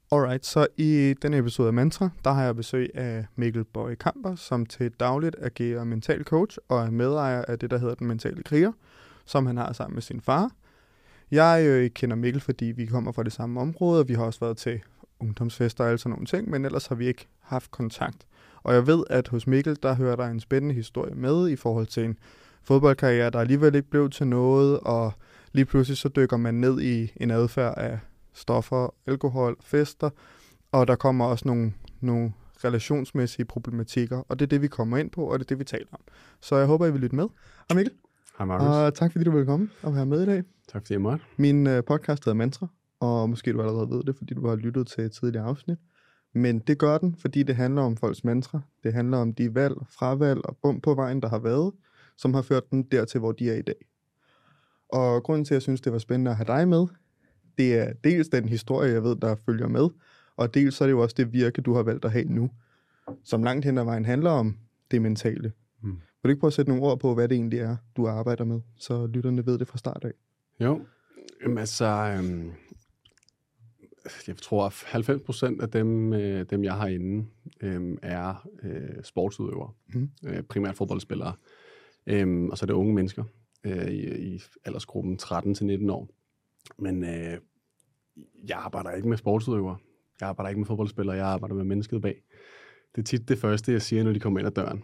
Alright, så i denne episode af Mantra, der har jeg besøg af Mikkel Boye Kamper, som til dagligt agerer mental coach og er medejer af det, der hedder Den Mentale Kriger, som han har sammen med sin far. Jeg kender Mikkel, fordi vi kommer fra det samme område, og vi har også været til ungdomsfester og alle sådan nogle ting, men ellers har vi ikke haft kontakt. Og jeg ved, at hos Mikkel, der hører der en spændende historie med i forhold til en fodboldkarriere, der alligevel ikke blev til noget, og lige pludselig så dykker man ned i en adfærd af stoffer, alkohol, fester, og der kommer også nogle relationsmæssige problematikker, og det er det, vi kommer ind på, og det er det, vi taler om. Så jeg håber, I vil lytte med. Hej Mikkel. Hej Markus. Og tak fordi du vil komme og være med i dag. Tak fordi jeg måtte. Min podcast hedder Mantra, og måske du allerede ved det, fordi du har lyttet til et tidligere afsnit. Men det gør den, fordi det handler om folks mantra. Det handler om de valg, fravalg og bump på vejen, der har været, som har ført dem dertil, hvor de er i dag. Og grunden til, at jeg synes, det var spændende at have dig med, det er dels den historie, jeg ved, der følger med, og dels så er det jo også det virke, du har valgt at have nu, som langt hen ad vejen handler om det mentale. Vil du ikke prøve at sætte nogle ord på, hvad det egentlig er, du arbejder med, så lytterne ved det fra start af? Jo, altså, jeg tror, at 90% af dem jeg har inde, er sportsudøvere, primært fodboldspillere, og så er det unge mennesker i aldersgruppen 13-19 år. Men jeg arbejder ikke med sportsudøvere. Jeg arbejder ikke med fodboldspillere. Jeg arbejder med mennesket bag. Det er tit det første, jeg siger, når de kommer ind ad døren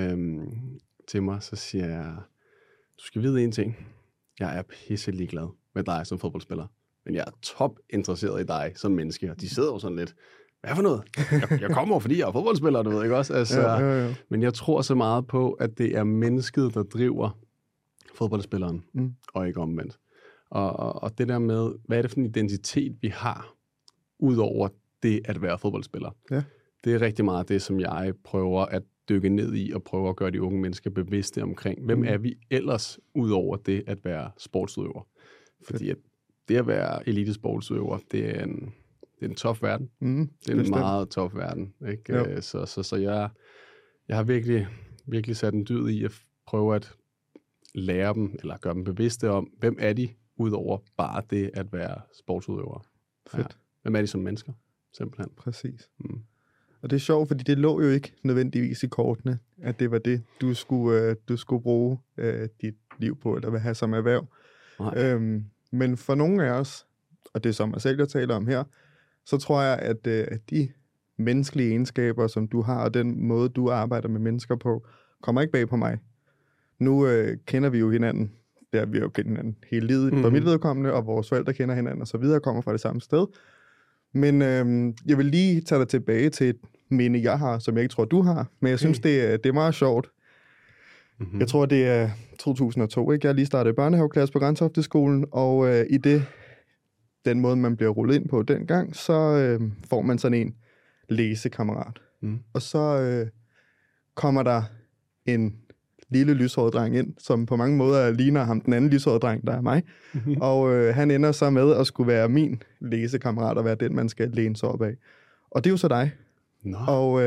til mig. Så siger jeg, du skal vide en ting. Jeg er pisselig glad med dig som fodboldspiller. Men jeg er top interesseret i dig som menneske. Og de sidder jo sådan lidt, hvad for noget? Jeg kommer over, fordi jeg er fodboldspiller, du ved ikke også? Altså, ja. Men jeg tror så meget på, at det er mennesket, der driver fodboldspilleren, og ikke omvendt. Og det der med, hvad er det for en identitet, vi har, ud over det at være fodboldspiller. Ja. Det er rigtig meget det, som jeg prøver at dykke ned i, og prøver at gøre de unge mennesker bevidste omkring. Hvem er vi ellers, ud over det at være sportsudøver? Fordi at det at være elitesportsudøver, det er en tough verden. Det er en meget tough verden. Ikke? Så jeg har virkelig sat en dyd i at prøve at lære dem, eller gøre dem bevidste om, hvem er de, udover bare det at være sportsudøvere. Fedt. Ja. Hvem er de som mennesker, simpelthen. Præcis. Og det er sjovt, fordi det lå jo ikke nødvendigvis i kortene, at det var det, du skulle bruge dit liv på, eller have som erhverv. Men for nogle af os, og det er som jeg selv jeg taler om her, så tror jeg, at de menneskelige egenskaber, som du har, og den måde, du arbejder med mennesker på, kommer ikke bag på mig. Nu kender vi jo hinanden. Der vi jo kendt hinanden hele livet for mit vedkommende, og vores forældre kender hinanden, og så videre, kommer fra det samme sted. Men jeg vil lige tage dig tilbage til et minde, jeg har, som jeg ikke tror, du har. Men jeg synes, det er meget sjovt. Jeg tror, det er 2002, ikke? Jeg har lige startet børnehaveklasse på Grænsehofteskolen, og i den måde, man bliver rullet ind på dengang, så får man sådan en læsekammerat. Og så kommer der en lille lyshåret dreng ind, som på mange måder ligner ham, den anden lyshårede dreng, der er mig. Og han ender så med at skulle være min læsekammerat, og være den, man skal læne sig op af. Og det er jo så dig. Og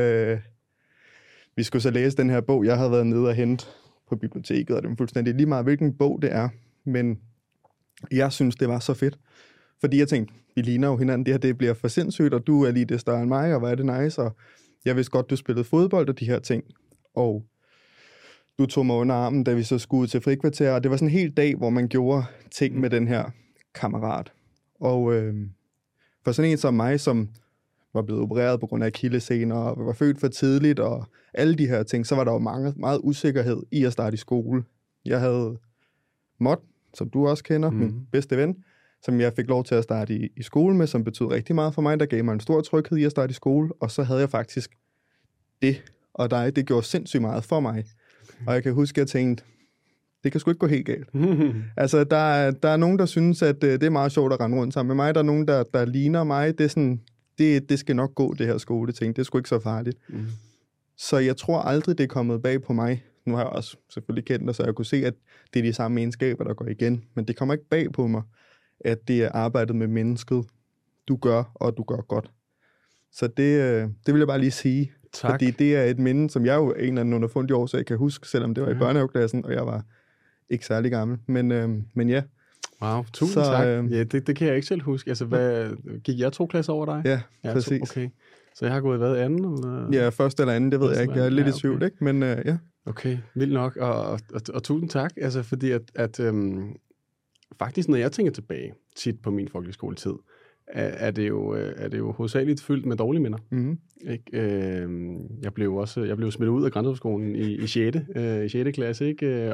vi skulle så læse den her bog, jeg havde været nede og hente på biblioteket, og det er fuldstændig lige meget, hvilken bog det er. Men jeg synes, det var så fedt. Fordi jeg tænkte, vi ligner jo hinanden, det her det bliver for sindssygt, og du er lige det større end mig, og hvor er det nice, og jeg vidste godt, du spillede fodbold og de her ting. Og du tog mig under armen, da vi så skulle til frikvarter, og det var sådan en hel dag, hvor man gjorde ting med den her kammerat. Og for sådan en som mig, som var blevet opereret på grund af akillessener, og var født for tidligt, og alle de her ting, så var der jo meget usikkerhed i at starte i skole. Jeg havde Mod, som du også kender, min bedste ven, som jeg fik lov til at starte i skole med, som betød rigtig meget for mig, der gav mig en stor tryghed i at starte i skole, og så havde jeg faktisk det, og dig, det gjorde sindssygt meget for mig. Og jeg kan huske, at jeg tænkte, det kan sgu ikke gå helt galt. Altså, der er nogen, der synes, at det er meget sjovt at rende rundt sammen med mig. Der er nogen, der ligner mig. Det er sådan, det skal nok gå, det her skoleting. Det er sgu ikke så farligt. Så jeg tror aldrig, det er kommet bag på mig. Nu har jeg også selvfølgelig kendt dig, så jeg kunne se, at det er de samme egenskaber, der går igen. Men det kommer ikke bag på mig, at det er arbejdet med mennesket, du gør, og du gør godt. Så det vil jeg bare lige sige. Tak. Fordi det er et minde, som jeg jo en eller anden underfundig årsag kan huske, selvom det var i børnehaveklassen, og jeg var ikke særlig gammel. Men ja. Wow, tusind tak. Ja, det kan jeg ikke selv huske. Altså, gik jeg 2 klasser over dig? Ja, præcis. Okay. Så jeg har gået hvad, anden? Eller? Ja, første eller anden, det ved jeg ikke. Jeg er lidt i tvivl, ikke? Men ja. Okay, vildt nok. Og tusind tak, altså fordi at faktisk, når jeg tænker tilbage tit på min folkeskoletid, er det jo hovedsageligt fyldt med dårlige minder. Mm-hmm. Ikke? Jeg blev smidt ud af Grænseskolen i 6. Klasse, ikke?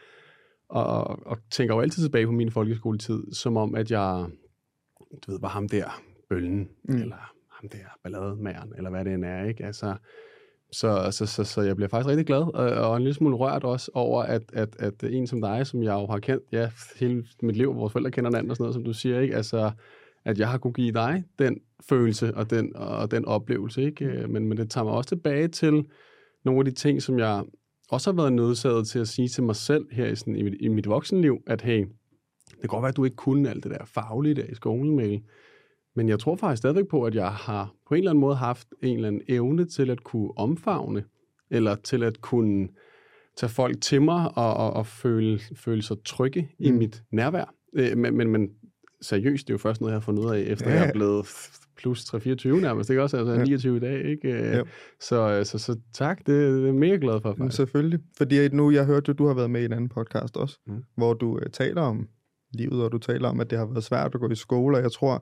Og tænker jo altid tilbage på min folkeskoletid, som om, at jeg var ham der bøllen, eller ham der ballademageren, eller hvad det end er, ikke? Altså, så jeg bliver faktisk rigtig glad, og en lille smule rørt også over, at en som dig, som jeg jo har kendt, hele mit liv, vores forældre kender hinanden og sådan noget, som du siger, ikke? Altså, at jeg har kunne give dig den følelse og den oplevelse, ikke? Men det tager mig også tilbage til nogle af de ting, som jeg også har været nødsaget til at sige til mig selv her i mit voksenliv, at hey, det kan godt være, at du ikke kunne alt det der faglige der i skolen, Mikkel, men jeg tror faktisk stadigvæk på, at jeg har på en eller anden måde haft en eller anden evne til at kunne omfavne, eller til at kunne tage folk til mig og føle sig trygge i mit nærvær. Men seriøst, det er jo først noget, jeg har fundet ud af, efter jeg er blevet plus 3-24 nærmest, ikke også? Altså 29 i dag, ikke? Så tak, det er jeg mega glad for. Faktisk. Selvfølgelig, fordi nu, jeg hørte jo, du har været med i en anden podcast også, hvor du taler om livet, og du taler om, at det har været svært at gå i skole, og jeg tror,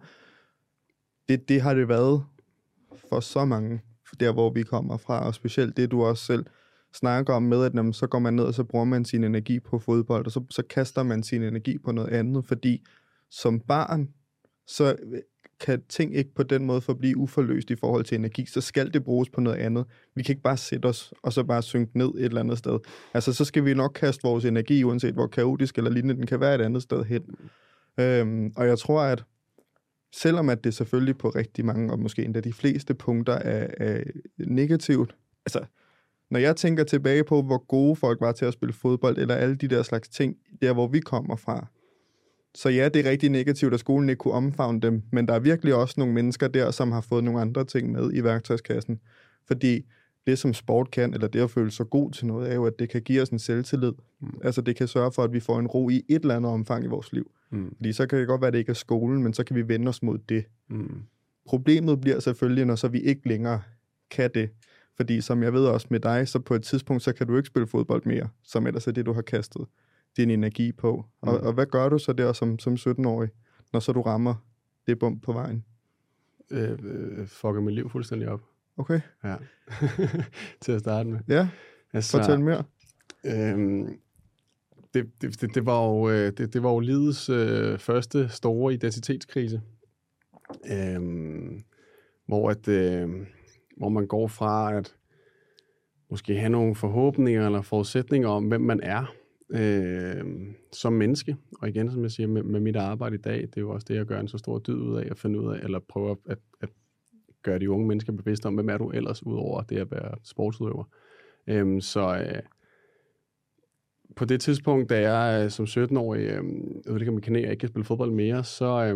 det har det været for så mange, der hvor vi kommer fra, og specielt det, du også selv snakker om med, at så går man ned, og så bruger man sin energi på fodbold, og så kaster man sin energi på noget andet, fordi som barn, så kan ting ikke på den måde forblive uforløst i forhold til energi, så skal det bruges på noget andet. Vi kan ikke bare sætte os, og så bare synke ned et eller andet sted. Altså, så skal vi nok kaste vores energi, uanset hvor kaotisk eller lignende den kan være et andet sted hen. Og jeg tror, at selvom at det selvfølgelig på rigtig mange, og måske endda de fleste punkter er negativt, altså, når jeg tænker tilbage på, hvor gode folk var til at spille fodbold, eller alle de der slags ting, der hvor vi kommer fra, så ja, det er rigtig negativt, at skolen ikke kunne omfavne dem, men der er virkelig også nogle mennesker der, som har fået nogle andre ting med i værktøjskassen. Fordi det, som sport kan, eller det at føle sig god til noget, er jo, at det kan give os en selvtillid. Altså, det kan sørge for, at vi får en ro i et eller andet omfang i vores liv. Fordi så kan det godt være, at det ikke er skolen, men så kan vi vende os mod det. Problemet bliver selvfølgelig, når så vi ikke længere kan det. Fordi som jeg ved også med dig, så på et tidspunkt, så kan du ikke spille fodbold mere, som ellers er det, du har kastet din energi på. Og hvad gør du så der som 17-årig, når så du rammer det bump på vejen? Fucker mit liv fuldstændig op. Okay. Ja. Til at starte med. Ja, altså, fortæl mere. Det var jo livets første store identitetskrise. Hvor man går fra at måske have nogle forhåbninger eller forudsætninger om, hvem man er som menneske. Og igen, som jeg siger, med mit arbejde i dag, det er jo også det, jeg gør en så stor dyd ud af, at finde ud af, eller prøve at gøre de unge mennesker bevidste om, hvem er du ellers, udover det at være sportsudøver. På det tidspunkt, da jeg som 17-årig udvikler mit knæ og ikke kan spille fodbold mere,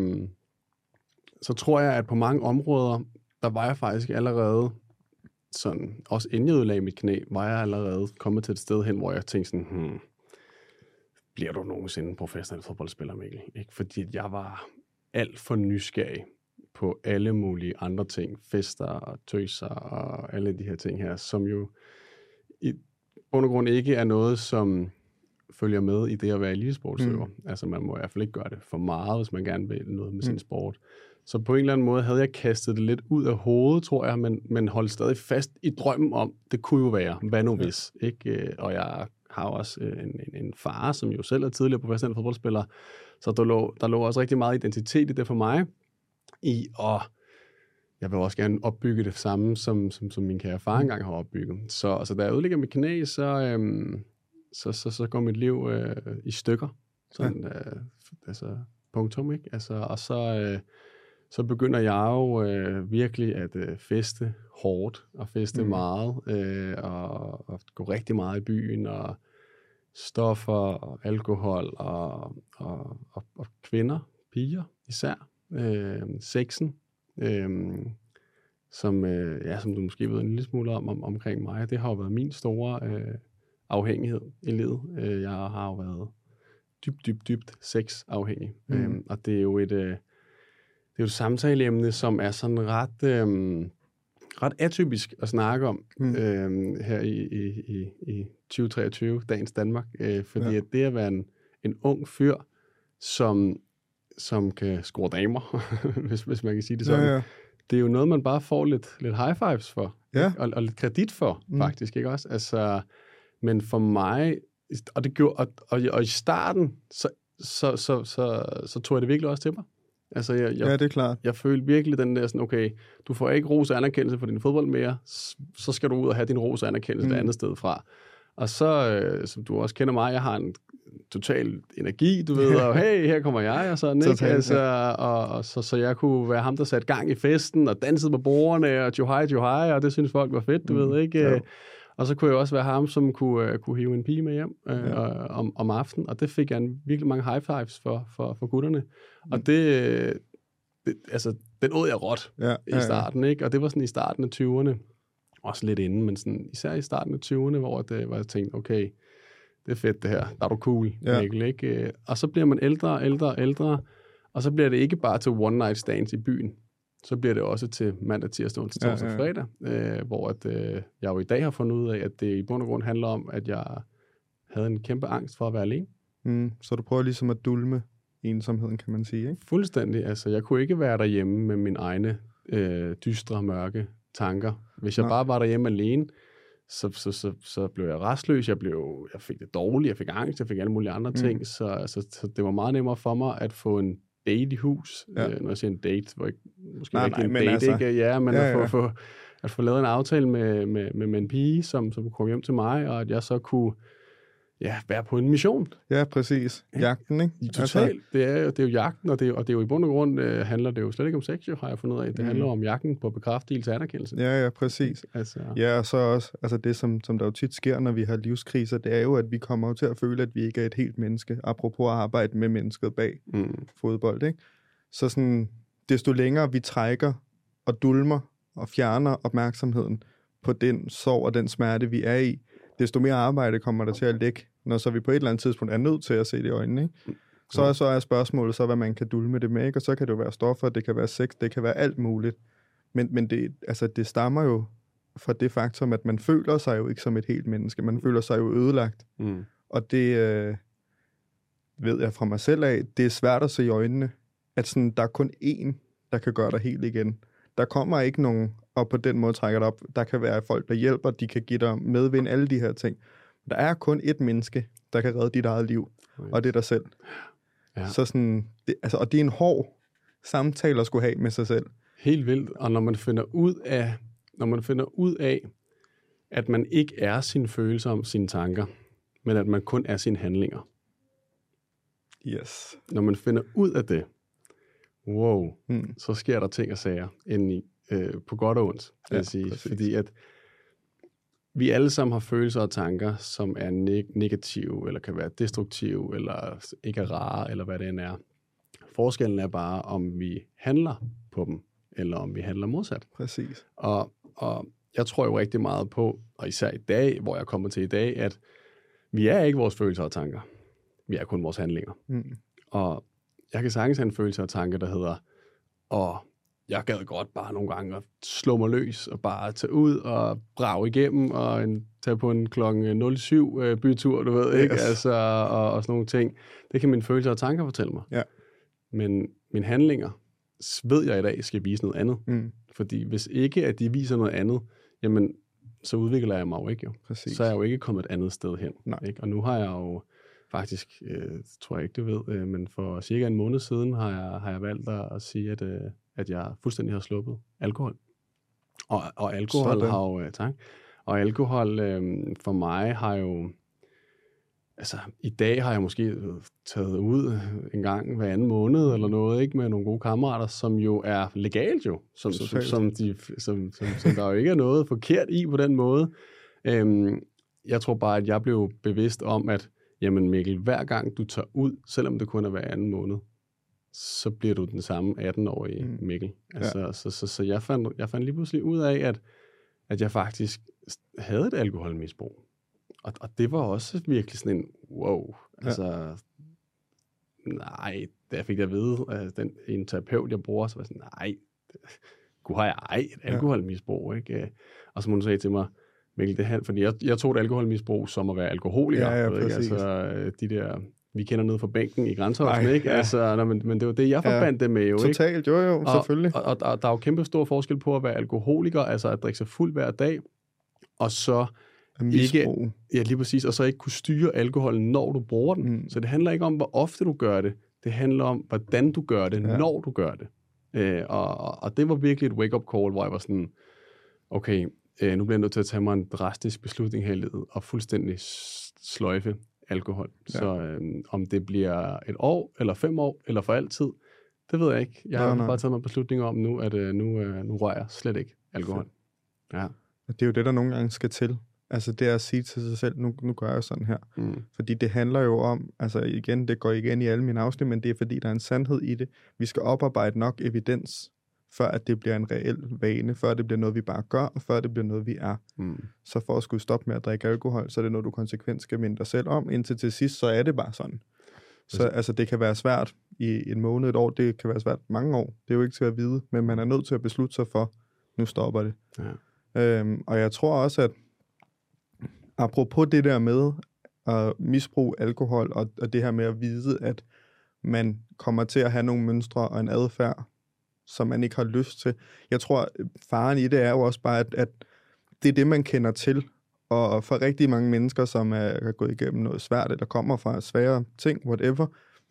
så tror jeg, at på mange områder, der var jeg faktisk allerede sådan, også inden jeg udlagde mit knæ, var jeg allerede kommet til et sted hen, hvor jeg tænkte sådan, bliver du nogensinde professionel fodboldspiller, Mikkel? Ikke? Fordi jeg var alt for nysgerrig på alle mulige andre ting, fester og tøser og alle de her ting her, som jo i bund og grund ikke er noget, som følger med i det at være elitesportsøver. Altså man må i hvert fald ikke gøre det for meget, hvis man gerne vil noget med sin sport. Så på en eller anden måde havde jeg kastet det lidt ud af hovedet, tror jeg, men holdt stadig fast i drømmen om, det kunne jo være, hvad nu hvis, ikke? Og jeg har også en far, som jo selv er tidligere professionel fodboldspiller, så der lå også rigtig meget identitet i det for mig, og jeg vil også gerne opbygge det samme, som min kære far engang har opbygget. Så da jeg udlægger mit knæ, så går mit liv i stykker. Sådan, altså punktum, ikke? Altså, og så begynder jeg jo virkelig at feste hårdt, og feste meget, og gå rigtig meget i byen, og stoffer, og alkohol, og kvinder, piger især, sexen, som du måske ved en lille smule omkring mig. Det har jo været min store afhængighed i livet. Jeg har jo været dybt sexafhængig. Og det er jo et samtaleemne, som er sådan ret atypisk at snakke om her i 2023, dagens Danmark. Fordi at det at være en ung fyr, som kan score damer, hvis man kan sige det sådan. Ja. Det er jo noget, man bare får lidt high fives for. Ja. Og lidt kredit for, faktisk. Ikke også? Altså, men for mig, og det gjorde, og i starten, så tog jeg det virkelig også til mig. Altså, ja, det er klart. Jeg følte virkelig den der sådan, okay, du får ikke ros og anerkendelse for din fodbold mere, så skal du ud og have din ros og anerkendelse et andet sted fra. Og så, som du også kender mig, jeg har en total energi, du ved, og hey, her kommer jeg, og sådan, ikke? Altså, og så jeg kunne være ham, der satte gang i festen, og dansede på bordene, og tjohej, og det synes folk var fedt, du ved, ikke? Ja. Og så kunne jeg også være ham, som kunne hive en pige med hjem om aftenen, og det fik jeg virkelig mange high fives for gutterne. Og det altså, den åd jeg råt i starten, ikke? Og det var sådan i starten af 20'erne, også lidt inden, men sådan, især i starten af 20'erne, hvor jeg tænkte, okay, det er fedt det her, der er du cool, Mikkel, ikke? Og så bliver man ældre, og så bliver det ikke bare til one night stands i byen, så bliver det også til mandag, tirsdag, onsdag, torsdag, fredag, hvor jeg jo i dag har fundet ud af, at det i bund og grund handler om, at jeg havde en kæmpe angst for at være alene. Så du prøver ligesom at dulme ensomheden, kan man sige, ikke? Fuldstændig. Altså, jeg kunne ikke være derhjemme med mine egne dystre, mørke tanker. Hvis jeg bare var derhjemme alene, så blev jeg rastløs, jeg fik det dårligt, jeg fik angst, jeg fik alle mulige andre ting, så det var meget nemmere for mig at få en date i hus. Når jeg siger en date, hvor ikke ikke en date, altså, ikke? Ja, men at få lavet en aftale med en pige, som kunne komme hjem til mig, og at jeg så kunne være på en mission. Ja, præcis. Jagten, ikke? Totalt. Altså, det er jo jagten, og det er jo i bund og grund handler det jo slet ikke om sex, har jeg fundet ud af. Det handler om jagten på bekræftelse og anerkendelse. Ja, præcis. Altså. Ja, og så også, altså det, som der jo tit sker, når vi har livskriser, det er jo, at vi kommer til at føle, at vi ikke er et helt menneske, apropos at arbejde med mennesket bag fodbold, ikke? Så sådan, desto længere vi trækker og dulmer og fjerner opmærksomheden på den sorg og den smerte, vi er i, desto mere arbejde kommer der til at lægge, når så vi på et eller andet tidspunkt er nødt til at se det i øjnene, ikke? Så er spørgsmålet så, hvad man kan dulme det med, ikke? Og så kan det jo være stoffer, det kan være sex, det kan være alt muligt. Men det stammer jo fra det faktum, at man føler sig jo ikke som et helt menneske. Man føler sig jo ødelagt. Og det ved jeg fra mig selv af, det er svært at se i øjnene, at sådan, der er kun én, der kan gøre dig helt igen. Der kommer ikke nogen, og på den måde trækker det op. Der kan være folk, der hjælper, de kan give dig medvind, alle de her ting. Der er kun ét menneske, der kan redde dit eget liv, og det er dig selv. Ja. Så sådan, og det er en hård samtale at skulle have med sig selv. Helt vildt, og når man finder ud af, at man ikke er sine følelser om sine tanker, men at man kun er sine handlinger. Yes. Når man finder ud af det, så sker der ting og sager indeni, på godt og ondt, vil jeg sige. Præcis. Fordi at vi alle sammen har følelser og tanker, som er negative, eller kan være destruktive, eller ikke er rare, eller hvad det end er. Forskellen er bare, om vi handler på dem, eller om vi handler modsat. Præcis. Og jeg tror jo rigtig meget på, og især i dag, hvor jeg kommer til i dag, at vi er ikke vores følelser og tanker. Vi er kun vores handlinger. Og jeg kan sagtens have en følelse og tanke, der hedder, jeg gad godt bare nogle gange at slå mig løs, og bare tage ud og brage igennem, og tage på en klokken 07 bytur, du ved, ikke? Altså, og sådan nogle ting. Det kan mine følelser og tanker fortælle mig. Ja. Men mine handlinger, ved jeg i dag, skal vise noget andet. Fordi hvis ikke, at de viser noget andet, jamen, så udvikler jeg mig jo ikke. Jo. Så er jeg jo ikke kommet et andet sted hen. Ikke? Og nu har jeg jo faktisk, tror jeg ikke, du ved, men for cirka en måned siden har jeg valgt at sige, at jeg fuldstændig har sluppet alkohol. Og alkohol har jo, tak. Og alkohol for mig har jo, altså i dag har jeg måske taget ud en gang hver anden måned eller noget, ikke, med nogle gode kammerater, som jo er legalt jo, som der jo ikke er noget forkert i på den måde. Jeg tror bare, at jeg blev bevidst om, at jamen Mikkel, hver gang du tager ud, selvom det kun er hver anden måned, så bliver du den samme 18-årige Mikkel. Altså, så jeg fandt lige pludselig ud af, at jeg faktisk havde et alkoholmisbrug. Og det var også virkelig sådan en, wow. Altså, nej, da jeg fik det at vide, en terapeut, jeg bruger, så var jeg sådan, nej, gud har jeg et alkoholmisbrug, ikke? Og så hun sagde til mig, Mikkel, det her, fordi jeg tog et alkoholmisbrug som at være alkoholiker. Ja, ikke? Altså, de der, vi kender ned fra bænken i Grænsehavsen, ikke? Ja. Altså, men det var det, jeg forbandt det med jo, ikke? Totalt, jo, selvfølgelig. Og der er jo kæmpe stor forskel på at være alkoholiker, altså at drikke sig fuld hver dag, og så ikke, ja, lige præcis, og så ikke kunne styre alkoholen, når du bruger den. Så det handler ikke om, hvor ofte du gør det. Det handler om, hvordan du gør det, når du gør det. Og det var virkelig et wake-up call, hvor jeg var sådan, okay, nu bliver jeg nødt til at tage mig en drastisk beslutning her i livet, og fuldstændig sløjfe alkohol. Ja. Så om det bliver 1 år, eller 5 år, eller for altid, det ved jeg ikke. Jeg har bare taget mig en beslutning om nu, at nu rører jeg slet ikke alkohol. Ja. Det er jo det, der nogle gange skal til. Altså det er at sige til sig selv, nu gør jeg sådan her. Fordi det handler jo om, altså igen, det går igen i alle mine afsnit, men det er fordi, der er en sandhed i det. Vi skal oparbejde nok evidens, før at det bliver en reel vane, før det bliver noget, vi bare gør, og før det bliver noget, vi er. Så for at skulle stoppe med at drikke alkohol, så er det noget, du konsekvent skal minde dig selv om. Indtil til sidst, så er det bare sådan. Så altså, det kan være svært i 1 måned, 1 år, det kan være svært mange år. Det er jo ikke til at vide, men man er nødt til at beslutte sig for, nu stopper det. Ja. Og jeg tror også, at apropos det der med at misbruge alkohol, og det her med at vide, at man kommer til at have nogle mønstre og en adfærd, som man ikke har lyst til. Jeg tror, faren i det er jo også bare, at det er det, man kender til. Og for rigtig mange mennesker, som er gået igennem noget svært, eller kommer fra svære ting, whatever,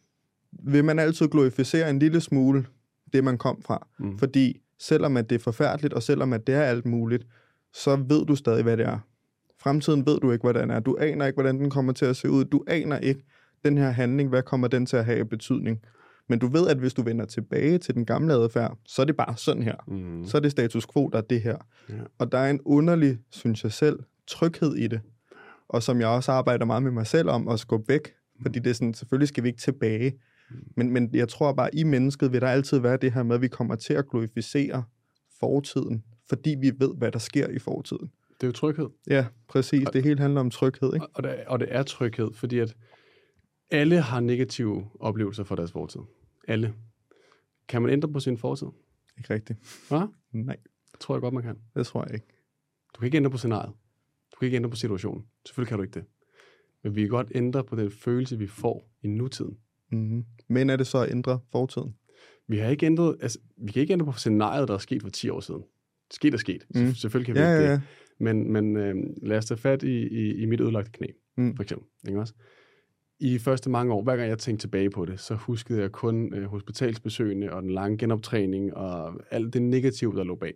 vil man altid glorificere en lille smule det, man kom fra. Fordi selvom at det er forfærdeligt, og selvom at det er alt muligt, så ved du stadig, hvad det er. Fremtiden ved du ikke, hvordan er. Du aner ikke, hvordan den kommer til at se ud. Du aner ikke den her handling, hvad kommer den til at have betydning. Men du ved, at hvis du vender tilbage til den gamle adfærd, så er det bare sådan her. Så er det status quo, der er det her. Ja. Og der er en underlig, synes jeg selv, tryghed i det. Og som jeg også arbejder meget med mig selv om, at gå væk. Fordi det er sådan, selvfølgelig skal vi ikke tilbage. Men jeg tror bare, i mennesket vil der altid være det her med, at vi kommer til at glorificere fortiden. Fordi vi ved, hvad der sker i fortiden. Det er jo tryghed. Ja, præcis. Det hele handler om tryghed, ikke? Og det er tryghed, fordi at alle har negative oplevelser fra deres fortid. Alle. Kan man ændre på sin fortid? Ikke rigtigt. Hvad? Nej. Det tror jeg godt, man kan. Det tror jeg ikke. Du kan ikke ændre på scenariet. Du kan ikke ændre på situationen. Selvfølgelig kan du ikke det. Men vi kan godt ændre på den følelse, vi får i nutiden. Men er det så at ændre fortiden? Vi har ikke ændret, altså, vi kan ikke ændre på scenariet, der er sket for 10 år siden. Sket er sket. Selvfølgelig kan vi ikke det. Men lad os tage fat i mit ødelagte knæ, for eksempel. Ikke også? I de første mange år, hver gang jeg tænkte tilbage på det, så huskede jeg kun hospitalsbesøgene og den lange genoptræning og alt det negative, der lå bag.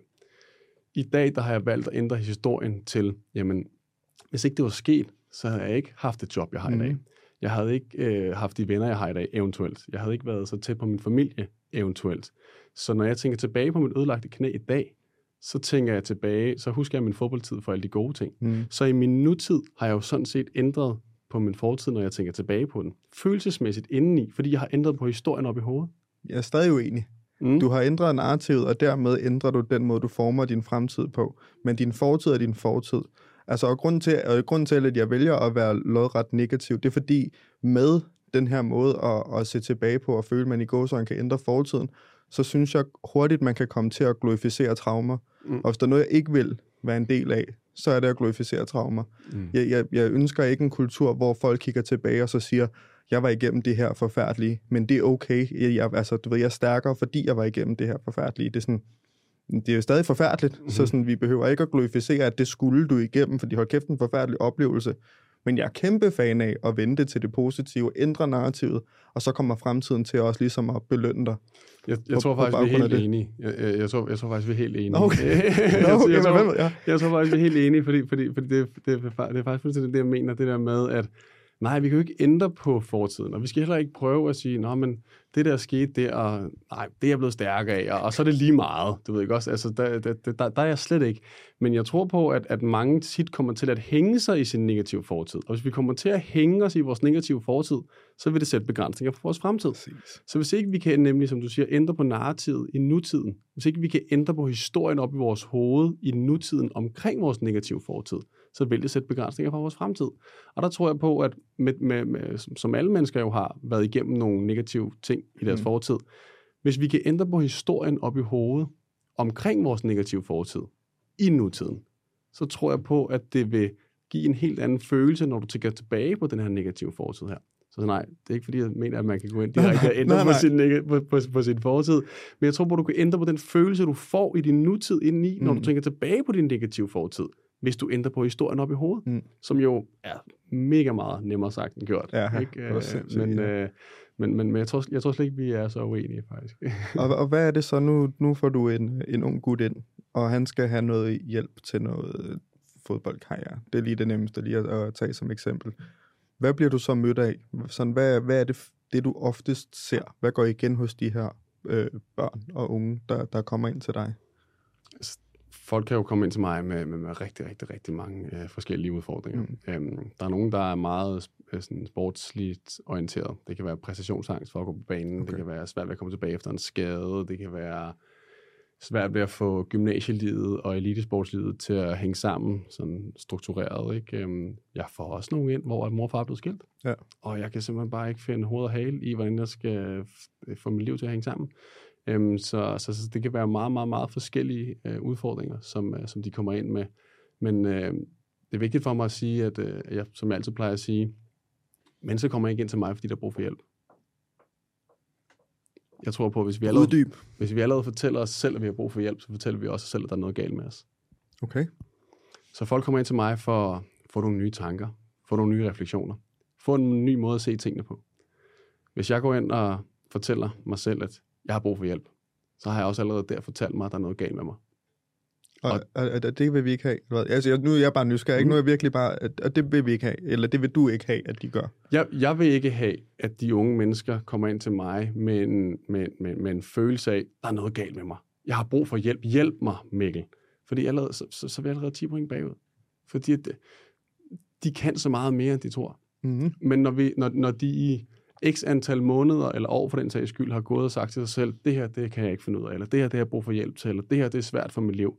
I dag, der har jeg valgt at ændre historien til, jamen, hvis ikke det var sket, så havde jeg ikke haft det job, jeg har i dag. Jeg havde ikke haft de venner, jeg har i dag, eventuelt. Jeg havde ikke været så tæt på min familie, eventuelt. Så når jeg tænker tilbage på mit ødelagte knæ i dag, så tænker jeg tilbage, så husker jeg min fodboldtid for alle de gode ting. Så i min nutid har jeg jo sådan set ændret på min fortid, når jeg tænker tilbage på den. Følelsesmæssigt indeni, fordi jeg har ændret på historien op i hovedet. Jeg er stadig uenig. Du har ændret narrativet, og dermed ændrer du den måde, du former din fremtid på. Men din fortid er din fortid. Altså, og grunden til, at jeg vælger at være lodret negativ, det er fordi, med den her måde at se tilbage på og føle, at man i gåseøjne kan ændre fortiden, så synes jeg hurtigt, man kan komme til at glorificere traumer. Og hvis der er noget, jeg ikke vil være en del af, så er det at glorificere traumer. Jeg ønsker ikke en kultur, hvor folk kigger tilbage og så siger, jeg var igennem det her forfærdelige, men det er okay. Jeg er stærkere, fordi jeg var igennem det her forfærdelige. Det er jo stadig forfærdeligt, så sådan, vi behøver ikke at glorificere, at det skulle du igennem, fordi hold kæft en forfærdelig oplevelse. Men jeg er kæmpe fan af at vente til det positive, ændre narrativet, og så kommer fremtiden til også ligesom at belønne dig. Jeg tror faktisk, vi er helt enige. Jeg tror faktisk, vi er helt enige. Okay. Jeg tror faktisk, vi er helt enige, fordi det er faktisk fuldstændig det, jeg mener, det der med, at nej, vi kan jo ikke ændre på fortiden, og vi skal heller ikke prøve at sige, nå, men det der skete der, og nej, det er jeg blevet stærkere af, og så er det lige meget, du ved ikke også, altså der er jeg slet ikke. Men jeg tror på, at mange tit kommer til at hænge sig i sin negative fortid, og hvis vi kommer til at hænge os i vores negative fortid, så vil det sætte begrænsninger for vores fremtid. Præcis. Så hvis ikke vi kan nemlig, som du siger, ændre på narrativet i nutiden, hvis ikke vi kan ændre på historien op i vores hoved i nutiden omkring vores negative fortid, så vil det sætte begrænsninger for vores fremtid. Og der tror jeg på, at som alle mennesker jo har været igennem nogle negative ting i deres fortid, hvis vi kan ændre på historien op i hovedet omkring vores negative fortid i nutiden, så tror jeg på, at det vil give en helt anden følelse, når du tænker tilbage på den her negative fortid her. Så nej, det er ikke fordi, jeg mener, at man kan gå ind direkte og ændre på sin fortid, men jeg tror på, at du kan ændre på den følelse, du får i din nutid indeni, når du tænker tilbage på din negative fortid, hvis du ændrer på historien op i hovedet, som jo er mega meget nemmere sagt end gjort. Ja, ikke? Men jeg tror slet ikke, vi er så uenige, faktisk. og hvad er det så? Nu får du en ung gut ind, og han skal have noget hjælp til noget fodboldkarriere. Det er lige det nemmeste lige at tage som eksempel. Hvad bliver du så mødt af? Sådan, hvad er det, du oftest ser? Hvad går igen hos de her børn og unge, der kommer ind til dig? Folk kan jo komme ind til mig med rigtig, rigtig, rigtig mange forskellige udfordringer. Der er nogen, der er meget sådan, sportsligt orienteret. Det kan være præstationsangst for at gå på banen. Okay. Det kan være svært ved at komme tilbage efter en skade. Det kan være svært ved at få gymnasielivet og elitesportslivet til at hænge sammen sådan struktureret. Ikke? Jeg får også nogen ind, hvor mor og far er blevet skilt. Ja. Og jeg kan simpelthen bare ikke finde hoved og hale i, hvordan jeg skal få mit liv til at hænge sammen. Så det kan være meget, meget, meget forskellige udfordringer, som de kommer ind med. Men det er vigtigt for mig at sige, at jeg, som jeg altid plejer at sige, mennesker kommer ikke ind til mig, fordi der er brug for hjælp. Jeg tror på, at hvis vi allerede fortæller os selv, at vi har brug for hjælp, så fortæller vi også os selv, at der er noget galt med os. Okay. Så folk kommer ind til mig for at få nogle nye tanker, få nogle nye refleksioner, få en ny måde at se tingene på. Hvis jeg går ind og fortæller mig selv, at jeg har brug for hjælp, så har jeg også allerede der fortalt mig, at der er noget galt med mig. Og det vil vi ikke have. Altså, nu er jeg bare nysgerrig, ikke? Nu er jeg virkelig bare, at det vil vi ikke have, eller det vil du ikke have, at de gør. Jeg vil ikke have, at de unge mennesker kommer ind til mig med en følelse af, at der er noget galt med mig. Jeg har brug for hjælp. Hjælp mig, Mikkel. Fordi allerede, så vil jeg allerede 10 point bagud. Fordi de kan så meget mere, end de tror. Mm-hmm. Men når de i x antal måneder eller år for den sags skyld har gået og sagt til sig selv, det her, det kan jeg ikke finde ud af, eller det her, det har jeg brug for hjælp til, eller det her, det er svært for mit liv.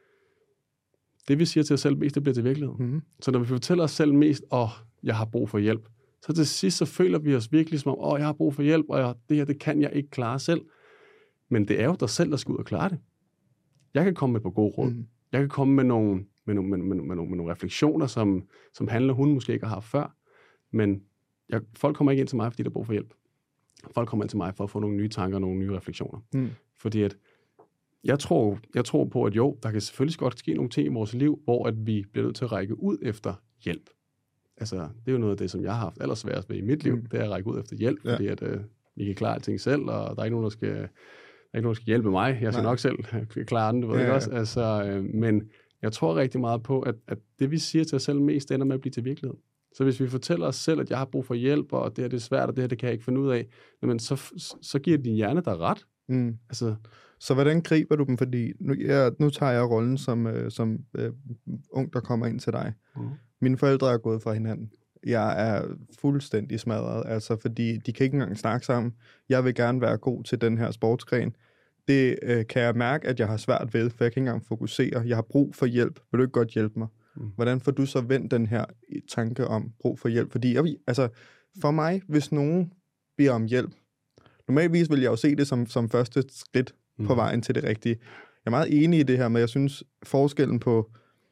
Det vi siger til os selv mest, det bliver til virkelighed. Mm-hmm. Så når vi fortæller os selv mest, jeg har brug for hjælp, så til sidst, så føler vi os virkelig som om, jeg har brug for hjælp, og det her, det kan jeg ikke klare selv. Men det er jo dig selv, der skal ud og klare det. Jeg kan komme med på gode råd. Mm-hmm. Jeg kan komme med nogle refleksioner, som handler hun måske ikke har haft før. Men folk kommer ikke ind til mig, fordi der er brug for hjælp. Folk kommer ind til mig for at få nogle nye tanker og nogle nye refleksioner. Mm. Fordi at jeg tror på, at jo, der kan selvfølgelig godt ske nogle ting i vores liv, hvor at vi bliver nødt til at række ud efter hjælp. Altså, det er jo noget af det, som jeg har haft allersværest ved i mit liv, det er at række ud efter hjælp, fordi at vi kan klare alting selv, og der er ikke nogen, der skal hjælpe mig. Jeg skal nok selv klare den, du ved ikke også? Altså, men jeg tror rigtig meget på, at det vi siger til os selv mest, ender med at blive til virkelighed. Så hvis vi fortæller os selv, at jeg har brug for hjælp, og det her det er svært, og det her det kan jeg ikke finde ud af, jamen så giver din hjerne dig ret. Mm. Altså, så hvordan griber du dem? Fordi nu tager jeg rollen som ung, der kommer ind til dig. Mm. Mine forældre er gået fra hinanden. Jeg er fuldstændig smadret, altså fordi de kan ikke engang snakke sammen. Jeg vil gerne være god til den her sportsgren. Det kan jeg mærke, at jeg har svært ved, for jeg kan ikke engang fokusere. Jeg har brug for hjælp. Vil du ikke godt hjælpe mig? Hvordan får du så vendt den her tanke om brug for hjælp? Fordi for mig, hvis nogen beder om hjælp, normalvis vil jeg jo se det som første skridt på vejen til det rigtige. Jeg er meget enig i det her, men jeg synes forskellen på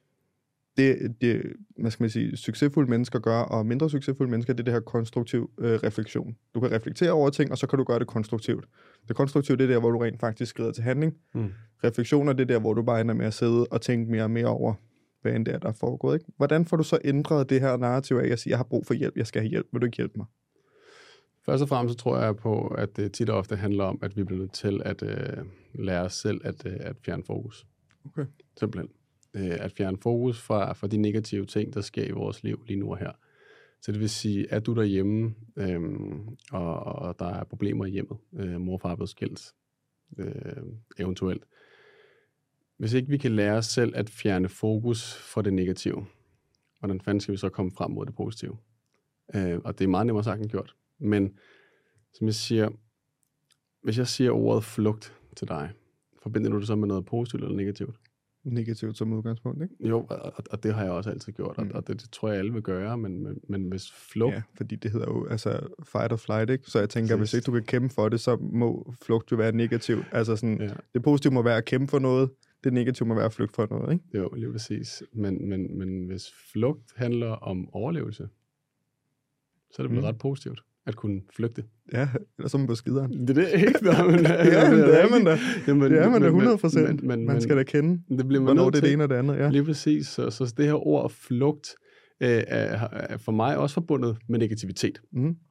det hvad skal man sige, succesfulde mennesker gør, og mindre succesfulde mennesker, det er det her konstruktiv refleksion. Du kan reflektere over ting, og så kan du gøre det konstruktivt. Det konstruktive, det er der, hvor du rent faktisk skrider til handling. Refleksioner, det er der, hvor du bare ender med at sidde og tænke mere og mere over, hvad end det er, der er foregået. Ikke? Hvordan får du så ændret det her narrativ af, at jeg siger, jeg har brug for hjælp, jeg skal have hjælp, vil du ikke hjælpe mig? Først og fremmest så tror jeg på, at det tit og ofte handler om, at vi bliver nødt til at lære os selv at fjerne fokus. Okay. Simpelthen. At fjerne fokus fra de negative ting, der sker i vores liv lige nu og her. Så det vil sige, at du derhjemme, og der er problemer i hjemmet, mor og far er blevet skilt, eventuelt. Hvis ikke vi kan lære os selv at fjerne fokus fra det negative, hvordan fanden skal vi så komme frem mod det positive? Og det er meget nemmere sagt end gjort. Men som jeg siger, hvis jeg siger ordet flugt til dig, forbinder du det så med noget positivt eller negativt? negativt som udgangspunkt, ikke? Jo, og det har jeg også altid gjort, og det tror jeg alle vil gøre, men hvis flugt... Ja, fordi det hedder jo fight or flight, ikke? Så jeg tænker, hvis ikke du kan kæmpe for det, så må flugt jo være negativt. Altså sådan, det positive må være at kæmpe for noget, det negative må være at flygte for noget, ikke? Jo, lige præcis. Men hvis flugt handler om overlevelse, så er det blevet ret positivt at kunne flygte. Ja, ellers er man på skideren. Det er det ikke, der, men, det er man da. Jamen, det er man da 100%. Man skal da kende, hvornår det er det ene og det andet. Ja. Lige præcis. Så det her ord flugt er for mig også forbundet med negativitet.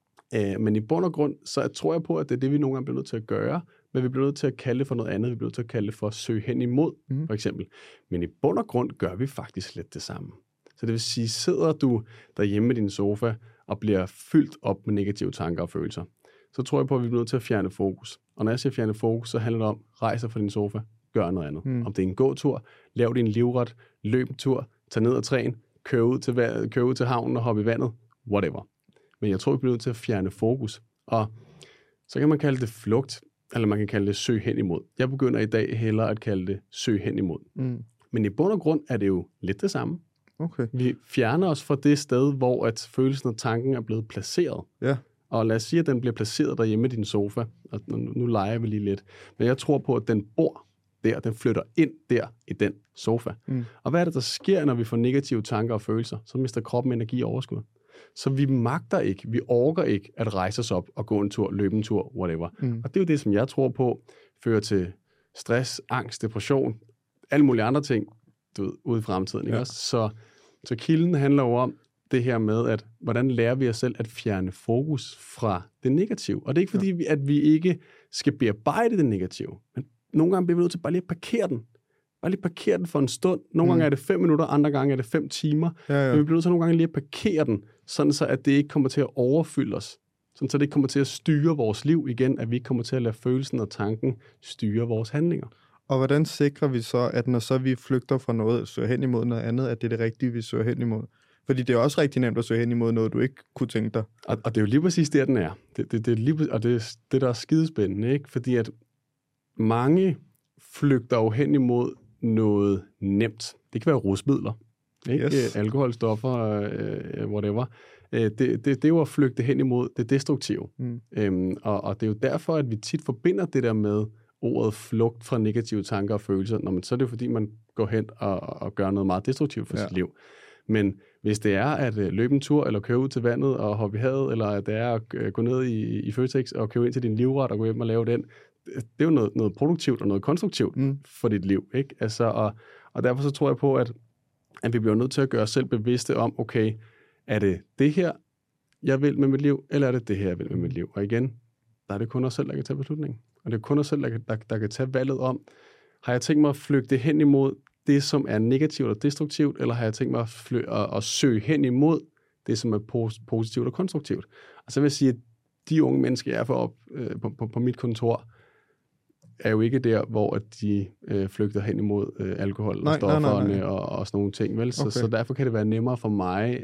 Men i bund og grund, så tror jeg på, at det er det, vi nogle gange bliver nødt til at gøre, men vi bliver nødt til at kalde det for noget andet. Vi bliver nødt til at kalde det for at søge hen imod, for eksempel. Men i bund og grund gør vi faktisk lidt det samme. Så det vil sige, sidder du derhjemme i din sofa og bliver fyldt op med negative tanker og følelser, så tror jeg på, at vi bliver nødt til at fjerne fokus. Og når jeg siger fjerne fokus, så handler det om, rejse fra din sofa, gør noget andet. Om det er en gåtur, lav din livret, løb en tur, tag ned og træn, kør ud til havnen og hoppe i vandet, whatever. Men jeg tror, vi bliver nødt til at fjerne fokus. Og så kan man kalde det flugt, eller man kan kalde det søg hen imod. Jeg begynder i dag hellere at kalde det søg hen imod. Men i bund og grund er det jo lidt det samme. Okay. Vi fjerner os fra det sted, hvor at følelsen og tanken er blevet placeret. Ja. Og lad os sige, at den bliver placeret derhjemme i din sofa. Og nu leger vi lige lidt. Men jeg tror på, at den bor der, den flytter ind der i den sofa. Og hvad er det, der sker, når vi får negative tanker og følelser? Så mister kroppen energi og overskud. Så vi magter ikke, vi orker ikke at rejse os op og gå en tur, løbe en tur, whatever. Og det er jo det, som jeg tror på, fører til stress, angst, depression, alle mulige andre ting, du ved, ude i fremtiden. Ikke også? Så kilden handler jo om det her med, at hvordan lærer vi os selv at fjerne fokus fra det negative. Og det er ikke fordi, at vi ikke skal bearbejde det negative, men nogle gange bliver vi nødt til bare lige at parkere den. Bare lige parkere den for en stund. Nogle gange er det 5 minutter, andre gange er det 5 timer. Men vi bliver nødt til nogle gange lige at parkere den, sådan så at det ikke kommer til at overfylde os. Sådan så det ikke kommer til at styre vores liv igen, at vi ikke kommer til at lade følelsen og tanken styre vores handlinger. Og hvordan sikrer vi så, at når så vi flygter fra noget, søger hen imod noget andet, at det er det rigtige, vi søger hen imod? Fordi det er også rigtig nemt at søge hen imod noget, du ikke kunne tænke dig. Og det er jo lige præcis der, den er. Det er lige, og det er det, der er skidespændende, ikke? Fordi at mange flygter jo hen imod noget nemt. Det kan være rusmidler, ikke? Yes. Alkohol, stoffer, whatever. Det er jo at flygte hen imod det destruktive. Og det er jo derfor, at vi tit forbinder det der med ordet flugt fra negative tanker og følelser. Men så er det jo fordi, man går hen og gør noget meget destruktivt for sit liv. Men hvis det er at løbe en tur, eller køre ud til vandet og hoppe i havet, eller det er at gå ned i Føtex og købe ind til din livret og gå hjem og lave den, det er jo noget produktivt og noget konstruktivt for dit liv, ikke? Altså, og derfor så tror jeg på, at vi bliver nødt til at gøre os selv bevidste om, okay, er det her, jeg vil med mit liv, eller er det det her, jeg vil med mit liv? Og igen, der er det kun os selv, der kan tage beslutningen. Og det er kun os selv, der kan tage valget om, har jeg tænkt mig at flygte hen imod det, som er negativt og destruktivt, eller har jeg tænkt mig at søge hen imod det, som er positivt og konstruktivt? Og så vil jeg sige, at de unge mennesker, jeg får op på mit kontor, er jo ikke der, hvor de flygter hen imod alkohol og stofferne og sådan nogle ting. Vel? Okay. Så derfor kan det være nemmere for mig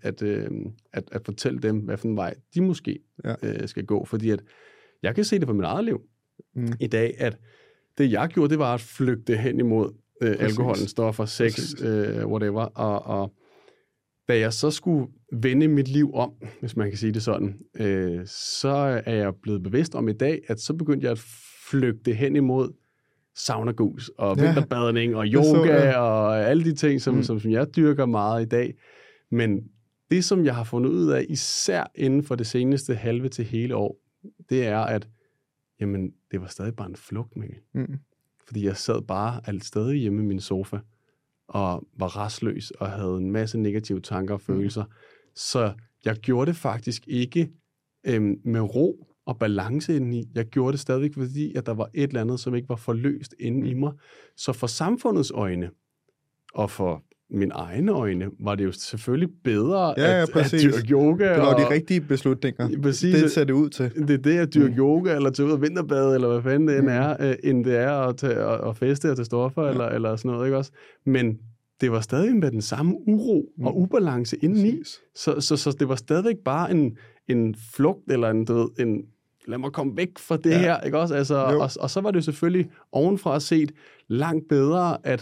at fortælle dem, hvad for en vej de måske skal gå. Fordi at jeg kan se det på mit eget liv i dag, at det jeg gjorde, det var at flygte hen imod alkoholen, stoffer, sex, whatever. Og da jeg så skulle vende mit liv om, hvis man kan sige det sådan, så er jeg blevet bevidst om i dag, at så begyndte jeg at flygte hen imod sauna gus og vinterbadning og yoga og alle de ting, som jeg dyrker meget i dag. Men det, som jeg har fundet ud af, især inden for det seneste halve til hele år, det er, at jamen, det var stadig bare en flugt, Mikkel. Fordi jeg sad bare stadig hjemme i min sofa og var rastløs og havde en masse negative tanker og følelser. Så jeg gjorde det faktisk ikke med ro og balance indeni. Jeg gjorde det stadig, fordi at der var et eller andet, som ikke var forløst inde i mig. Så for samfundets øjne og for mine egne øjne, var det jo selvfølgelig bedre at dyrke yoga. Det var de rigtige beslutninger. Præcis, det ser det ud til. Det er det at dyrke yoga, eller tage ud og vinterbade, eller hvad fanden det end er, end det er at feste og tage stoffer, eller sådan noget, ikke også? Men det var stadig med den samme uro og ubalance indeni. Så det var stadigvæk bare en flugt, eller en lad mig komme væk fra det her, ikke også? Altså, og så var det selvfølgelig ovenfra set langt bedre at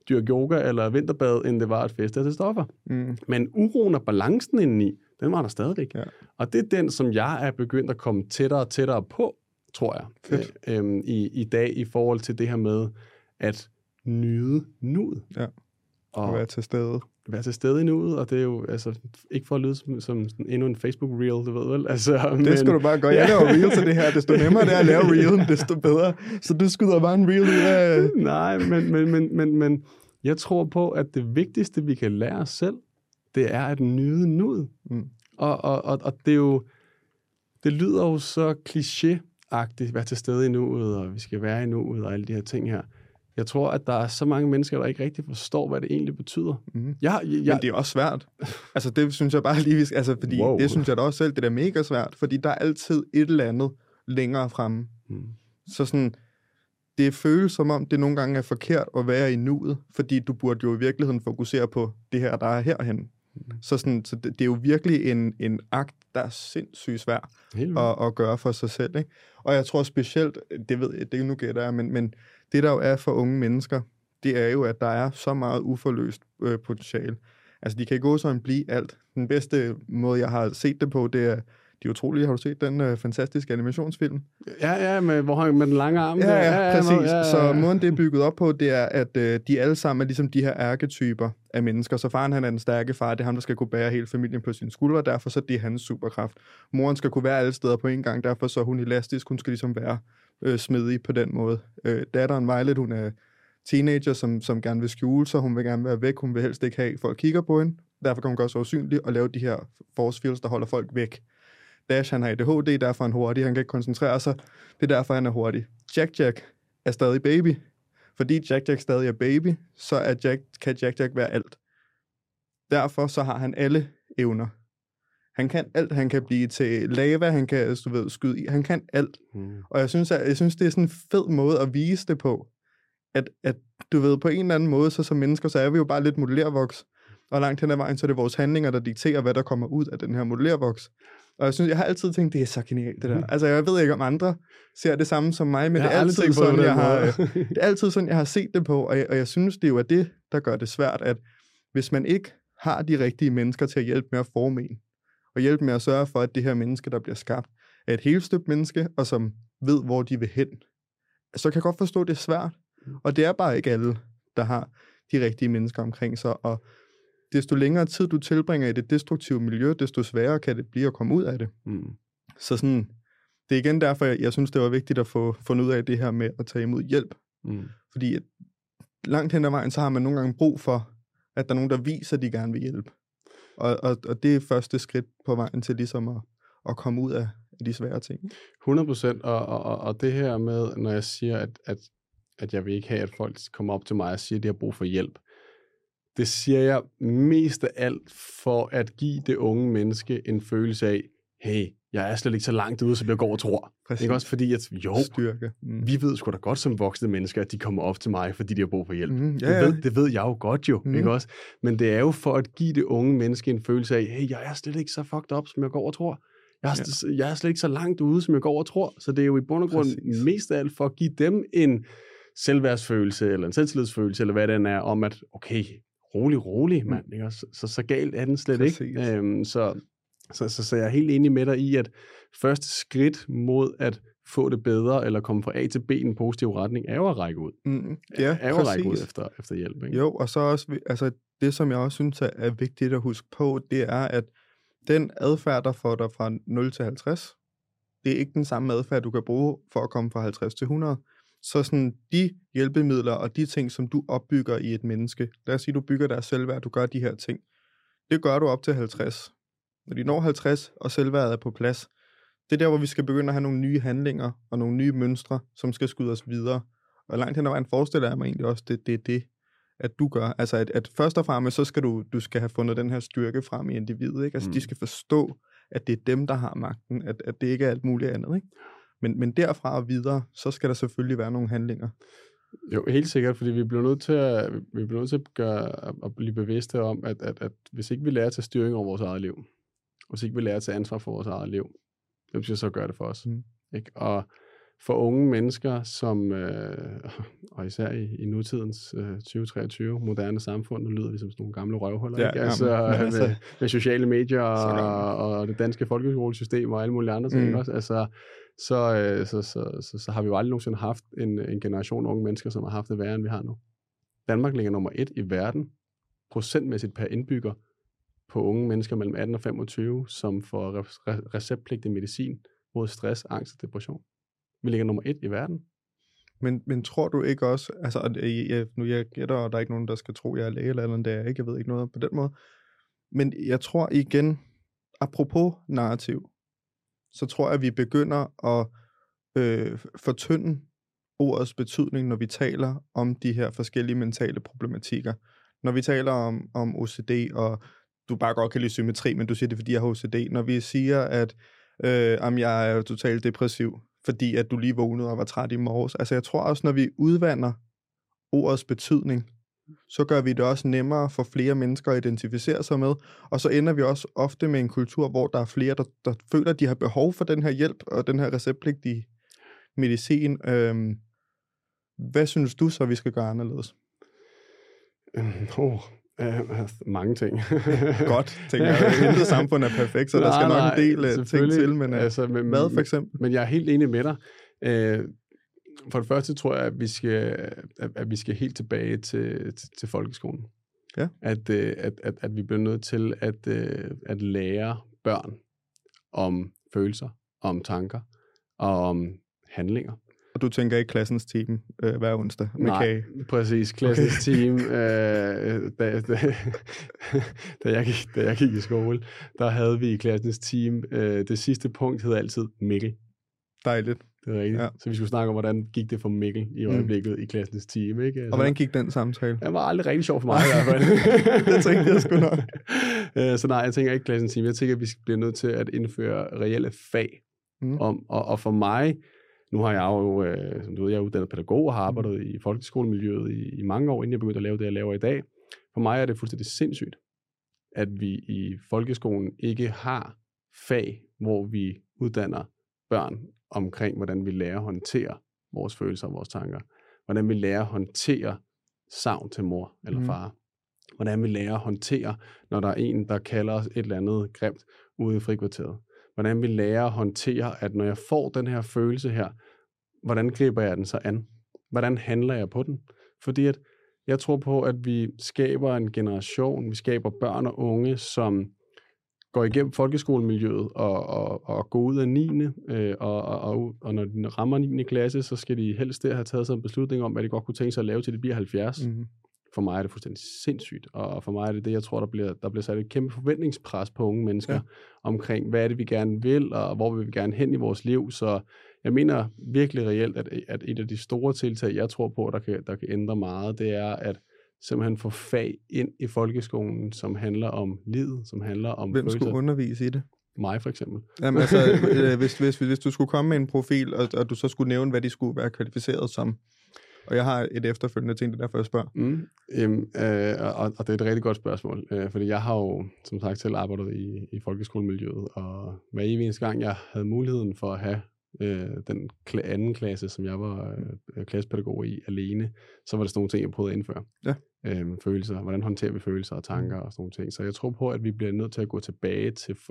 dyrke yoga eller vinterbad, end det var at feste til stoffer. Men uroen og balancen indeni, den var der stadigvæk. Ja. Og det er den, som jeg er begyndt at komme tættere og tættere på, tror jeg, i dag i forhold til det her med at nyde nuet. Ja, og være til stede. Være til stede i nuet, og det er jo altså ikke for at lyde som endnu en Facebook-reel, du ved vel? Altså, det skal du bare gøre. Jeg laver reel til det her. Desto nemmere det er at lave reelen, desto bedre. Så du skyder bare en reel ud af... Nej, men jeg tror på, at det vigtigste, vi kan lære os selv, det er at nyde nuet. Og det er jo... Det lyder jo så kliché-agtigt, være til stede i nuet, og vi skal være i nuet, og alle de her ting her. Jeg tror, at der er så mange mennesker, der ikke rigtig forstår, hvad det egentlig betyder. Men det er også svært. Altså, det synes jeg bare lige... Altså, fordi det synes jeg da også selv, det er mega svært, fordi der er altid et eller andet længere fremme. Så sådan... Det føles som om, det nogle gange er forkert at være i nuet, fordi du burde jo i virkeligheden fokusere på det her, der er herhen. Så det er jo virkelig en akt, der er sindssygt svær at gøre for sig selv. Ikke? Og jeg tror specielt, det ved jeg, det nu gætter jeg, men det der jo er for unge mennesker, det er jo, at der er så meget uforløst potentiale. Altså, de kan gå sådan blive alt. Den bedste måde, jeg har set det på, det er de utrolige. Har du set den fantastiske animationsfilm? Ja, med den lange arm. Ja, præcis. Så måden, det er bygget op på, det er, at de alle sammen er ligesom de her ærketyper af mennesker. Så faren, han er den stærke far. Det er ham, der skal kunne bære hele familien på sine skuldre. Derfor så det er hans superkraft. Moren skal kunne være alle steder på en gang. Derfor så er hun elastisk. Hun skal ligesom være smidig på den måde. Datteren Violet, hun er teenager, som gerne vil skjule sig. Hun vil gerne være væk. Hun vil helst ikke have, at folk kigger på hende. Derfor kan hun gøre sig usynlig og lave de her force fields, der holder folk væk. Dash, han har ADHD, derfor er han hurtig. Han kan ikke koncentrere sig. Det er derfor, han er hurtig. Jack er stadig baby. Fordi Jack stadig er baby, så kan Jack være alt. Derfor så har han alle evner. Han kan alt. Han kan blive til lava, han kan skyde i. Han kan alt. Og jeg synes, det er sådan en fed måde at vise det på. At du ved, på en eller anden måde, så som mennesker, så er vi jo bare lidt modellervoks. Og langt hen ad vejen, så er det vores handlinger, der dikterer, hvad der kommer ud af den her modellervoks. Og jeg har altid tænkt, det er så genialt, det der. Altså, jeg ved ikke, om andre ser det samme som mig, men det er altid sådan, det er altid sådan, jeg har set det på. Og jeg synes, det jo er det, der gør det svært, at hvis man ikke har de rigtige mennesker til at hjælpe med at forme en, og hjælpe med at sørge for, at det her menneske, der bliver skabt, er et helt støbt menneske, og som ved, hvor de vil hen, så kan jeg godt forstå, at det er svært. Og det er bare ikke alle, der har de rigtige mennesker omkring sig, og desto længere tid du tilbringer i det destruktive miljø, desto sværere kan det blive at komme ud af det. Så sådan, det er igen derfor, jeg synes, det var vigtigt at få fundet ud af det her med at tage imod hjælp. Fordi langt hen ad vejen, så har man nogle gange brug for, at der er nogen, der viser, at de gerne vil hjælpe. Og det er første skridt på vejen til ligesom at komme ud af de svære ting. 100%, og det her med, når jeg siger, at jeg vil ikke have, at folk kommer op til mig og siger, at de har brug for hjælp, det siger jeg mest af alt for at give det unge menneske en følelse af, hey, jeg er slet ikke så langt ude, som jeg går og tror. Præcis. Ikke også fordi, at styrke. Vi ved sgu da godt som voksne mennesker, at de kommer op til mig, fordi de har brug for hjælp. Ja. Det ved jeg jo godt jo, ikke også? Men det er jo for at give det unge menneske en følelse af, hey, jeg er slet ikke så fucked up, som jeg går og tror. Jeg er slet ikke så langt ude, som jeg går og tror. Så det er jo i bund og grund mest af alt for at give dem en selvværdsfølelse, eller en selvtillidsfølelse, eller hvad den er, om at, okay, rolig, mand. Ikke? Så galt er den slet ikke. Så jeg er helt enig med dig i, at første skridt mod at få det bedre, eller komme fra A til B i en positiv retning, er jo at række ud. Er jo at række ud efter hjælp. Ikke? Jo, og så også, altså det, som jeg også synes er vigtigt at huske på, det er, at den adfærd, der får dig fra 0 til 50, det er ikke den samme adfærd, du kan bruge for at komme fra 50 til 100. Så sådan de hjælpemidler og de ting, som du opbygger i et menneske, lad os sige, du bygger deres selvværd, du gør de her ting, det gør du op til 50. Når de når 50, og selvværdet er på plads, det er der, hvor vi skal begynde at have nogle nye handlinger og nogle nye mønstre, som skal skyde os videre. Og langt hen ad vejen forestiller jeg mig egentlig også, det er det, at du gør. Altså, at først og fremmest, så skal du skal have fundet den her styrke frem i individet, ikke? Altså, de skal forstå, at det er dem, der har magten, at det ikke er alt muligt andet, ikke? Men derfra og videre, så skal der selvfølgelig være nogle handlinger. Jo, helt sikkert, fordi vi bliver nødt til at blive bevidste om, at hvis ikke vi lærer at tage styring over vores eget liv, hvis ikke vi lærer at tage ansvar for vores eget liv, hvem skal så gøre det for os? Ikke? Og for unge mennesker, som, og især i nutidens 2023 moderne samfund, nu lyder vi som sådan nogle gamle røvhuller, Ja, ikke? Altså, med sociale medier og det danske folkeskolesystem og alle mulige andre ting også. Altså, så har vi jo aldrig nogensinde haft en generation af unge mennesker, som har haft det værre, end vi har nu. Danmark ligger nummer 1 i verden, procentmæssigt per indbygger, på unge mennesker mellem 18 og 25, som får receptpligtig medicin mod stress, angst og depression. Vi ligger nummer 1 i verden. Men tror du ikke også, altså nu jeg gætter, og der er ikke nogen, der skal tro, jeg er læge eller andet, der ikke, jeg ved ikke noget på den måde, men jeg tror igen, apropos narrativ, så tror jeg, at vi begynder at fortynde ordets betydning, når vi taler om de her forskellige mentale problematikker. Når vi taler om OCD, og du bare godt kan lide symmetri, men du siger det, fordi jeg har OCD. Når vi siger, at jeg er totalt depressiv, fordi at du lige vågnede og var træt i morges. Altså jeg tror også, når vi udvander ordets betydning, så gør vi det også nemmere for flere mennesker at identificere sig med, og så ender vi også ofte med en kultur, hvor der er flere, der føler, at de har behov for den her hjælp, og den her receptpligtige medicin. Hvad synes du så, vi skal gøre anderledes? Mange ting. Godt, tænker jeg. Intet samfund er perfekt, så der skal nok en del ting til, men hvad for eksempel? Men jeg er helt enig med dig. For det første tror jeg, at vi skal helt tilbage til folkeskolen. Ja. At vi bliver nødt til at lære børn om følelser, om tanker og om handlinger. Og du tænker ikke klassens team hver onsdag med Nej, kage? Præcis. Klassens team. Da jeg gik i skole, der havde vi i klassens team, det sidste punkt hed altid Mikkel. Dejligt. Det er rigtigt. Ja. Så vi skulle snakke om, hvordan gik det for Mikkel i øjeblikket i klassens team. Ikke? Altså, og hvordan gik den samtale? Det var aldrig rigtig sjov for mig i hvert fald. Det tænkte jeg sgu nok. Så nej, jeg tænker ikke klassens team. Jeg tænker, at vi bliver nødt til at indføre reelle fag. Og for mig, nu har jeg jo, som du ved, jeg er uddannet pædagog og har arbejdet i folkeskolemiljøet i mange år, inden jeg begyndte at lave det, jeg laver i dag. For mig er det fuldstændig sindssygt, at vi i folkeskolen ikke har fag, hvor vi uddanner børn omkring, hvordan vi lærer at håndtere vores følelser og vores tanker. Hvordan vi lærer at håndtere savn til mor eller far. Hvordan vi lærer at håndtere, når der er en, der kalder os et eller andet grimt ude i frikvarteret. Hvordan vi lærer at håndtere, at når jeg får den her følelse her, hvordan griber jeg den så an? Hvordan handler jeg på den? Fordi at jeg tror på, at vi skaber en generation, vi skaber børn og unge, som går igennem folkeskolemiljøet og går ud af 9. Og når de rammer 9. klasse, så skal de helst der have taget sig en beslutning om, hvad de godt kunne tænke sig at lave, til de bliver 70. For mig er det fuldstændig sindssygt, og for mig er det, jeg tror, der bliver sat et kæmpe forventningspres på unge mennesker omkring, hvad er det, vi gerne vil, og hvor vil vi gerne hen i vores liv. Så jeg mener virkelig reelt, at et af de store tiltag, jeg tror på, der kan ændre meget, det er at simpelthen få fag ind i folkeskolen, som handler om livet, som handler om Hvem skulle undervise i det? Mig for eksempel. Jamen altså, hvis du skulle komme med en profil, og du så skulle nævne, hvad de skulle være kvalificeret som. Og jeg har et efterfølgende ting, det er derfor, jeg spørger. Og det er et rigtig godt spørgsmål, fordi jeg har jo, som sagt, selv arbejdet i folkeskolemiljøet, og hver eneste gang, jeg havde muligheden for at have den anden klasse, som jeg var klassepædagog i alene, så var det sådan nogle ting, jeg prøvede at indføre. Ja. Følelser, hvordan håndterer vi følelser og tanker og sådan nogle ting. Så jeg tror på, at vi bliver nødt til at gå tilbage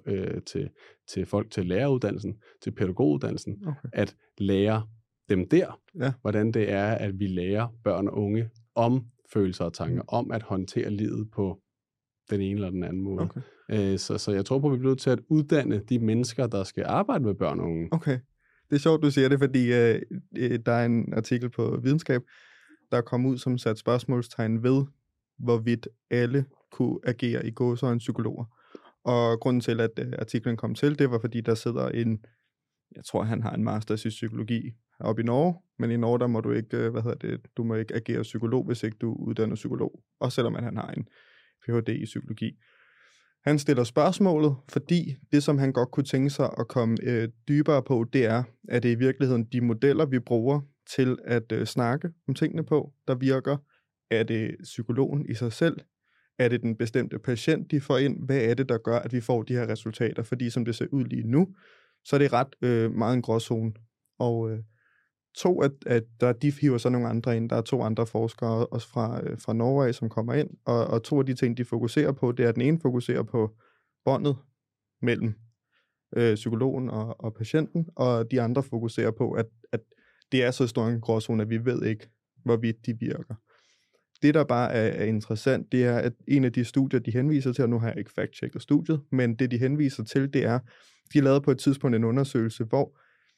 til folk, til læreruddannelsen, til pædagoguddannelsen, at lære dem der, hvordan det er, at vi lærer børn og unge om følelser og tanker, om at håndtere livet på den ene eller den anden måde. Så jeg tror på, at vi bliver nødt til at uddanne de mennesker, der skal arbejde med børn og unge. Okay. Det er sjovt, du siger det, fordi der er en artikel på Videnskab, der kom ud som sat spørgsmålstegn ved, hvorvidt alle kunne agere i gåseøjne psykologer. Og grunden til, at artiklen kom til, det var, fordi der sidder jeg tror, han har en masters i psykologi oppe i Norge, men i Norge, der må du ikke, du må ikke agere psykolog, hvis ikke du er uddannet psykolog. Også selvom han har en Ph.D. i psykologi. Han stiller spørgsmålet, fordi det, som han godt kunne tænke sig at komme dybere på, det er, at det i virkeligheden de modeller, vi bruger til at snakke om tingene på, der virker. Er det psykologen i sig selv? Er det den bestemte patient, de får ind? Hvad er det, der gør, at vi får de her resultater? Fordi som det ser ud lige nu, så er det ret meget en gråzone. Og 2, at de hiver så nogle andre ind. Der er 2 andre forskere, også fra Norge, som kommer ind, og 2 af de ting, de fokuserer på, det er, at den ene fokuserer på båndet mellem psykologen og patienten, og de andre fokuserer på, at det er så stor en gråzone, at vi ved ikke, hvorvidt de virker. Det, der bare er interessant, det er, at en af de studier, de henviser til, og nu har jeg ikke fact-checket studiet, men det, de henviser til, det er, de lavede på et tidspunkt en undersøgelse, hvor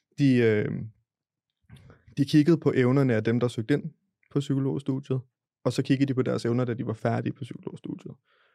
de kiggede på evnerne af dem, der søgte ind på psykologstudiet, og så kiggede de på deres evner, da de var færdige på psykologstudiet.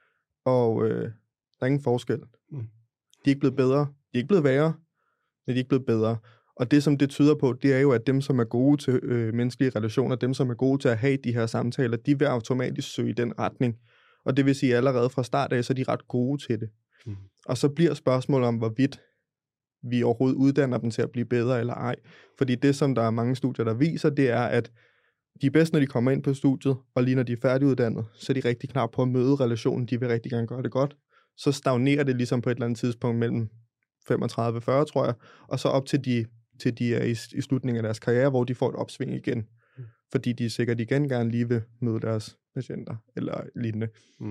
Og der er ingen forskel. De er ikke blevet bedre. De er ikke blevet værre, men de er ikke blevet bedre. Og det, som det tyder på, det er jo, at dem, som er gode til menneskelige relationer, dem, som er gode til at have de her samtaler, de vil automatisk søge i den retning. Og det vil sige, at allerede fra start af, så er de ret gode til det. Og så bliver spørgsmålet om, hvorvidt vi overhovedet uddanner dem til at blive bedre eller ej. Fordi det, som der er mange studier, der viser, det er, at de er bedst, når de kommer ind på studiet, og lige når de er færdiguddannet, så er de rigtig klar på at møde relationen. De vil rigtig gerne gøre det godt. Så stagnerer det ligesom på et eller andet tidspunkt mellem 35-40, tror jeg, og så op til de er i slutningen af deres karriere, hvor de får et opsving igen. Fordi de sikkert igen gerne lige vil møde deres patienter, eller lignende.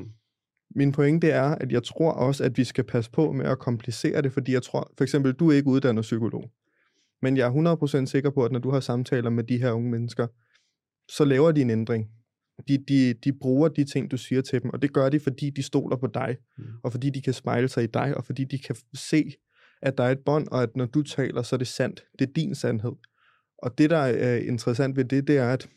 Min pointe er, at jeg tror også, at vi skal passe på med at komplicere det, fordi jeg tror, for eksempel, du er ikke uddannet psykolog, men jeg er 100% sikker på, at når du har samtaler med de her unge mennesker, så laver de en ændring. De bruger de ting, du siger til dem, og det gør de, fordi de stoler på dig, og fordi de kan spejle sig i dig, og fordi de kan se, at der er et bånd, og at når du taler, så er det sandt. Det er din sandhed. Og det, der er interessant ved det er, at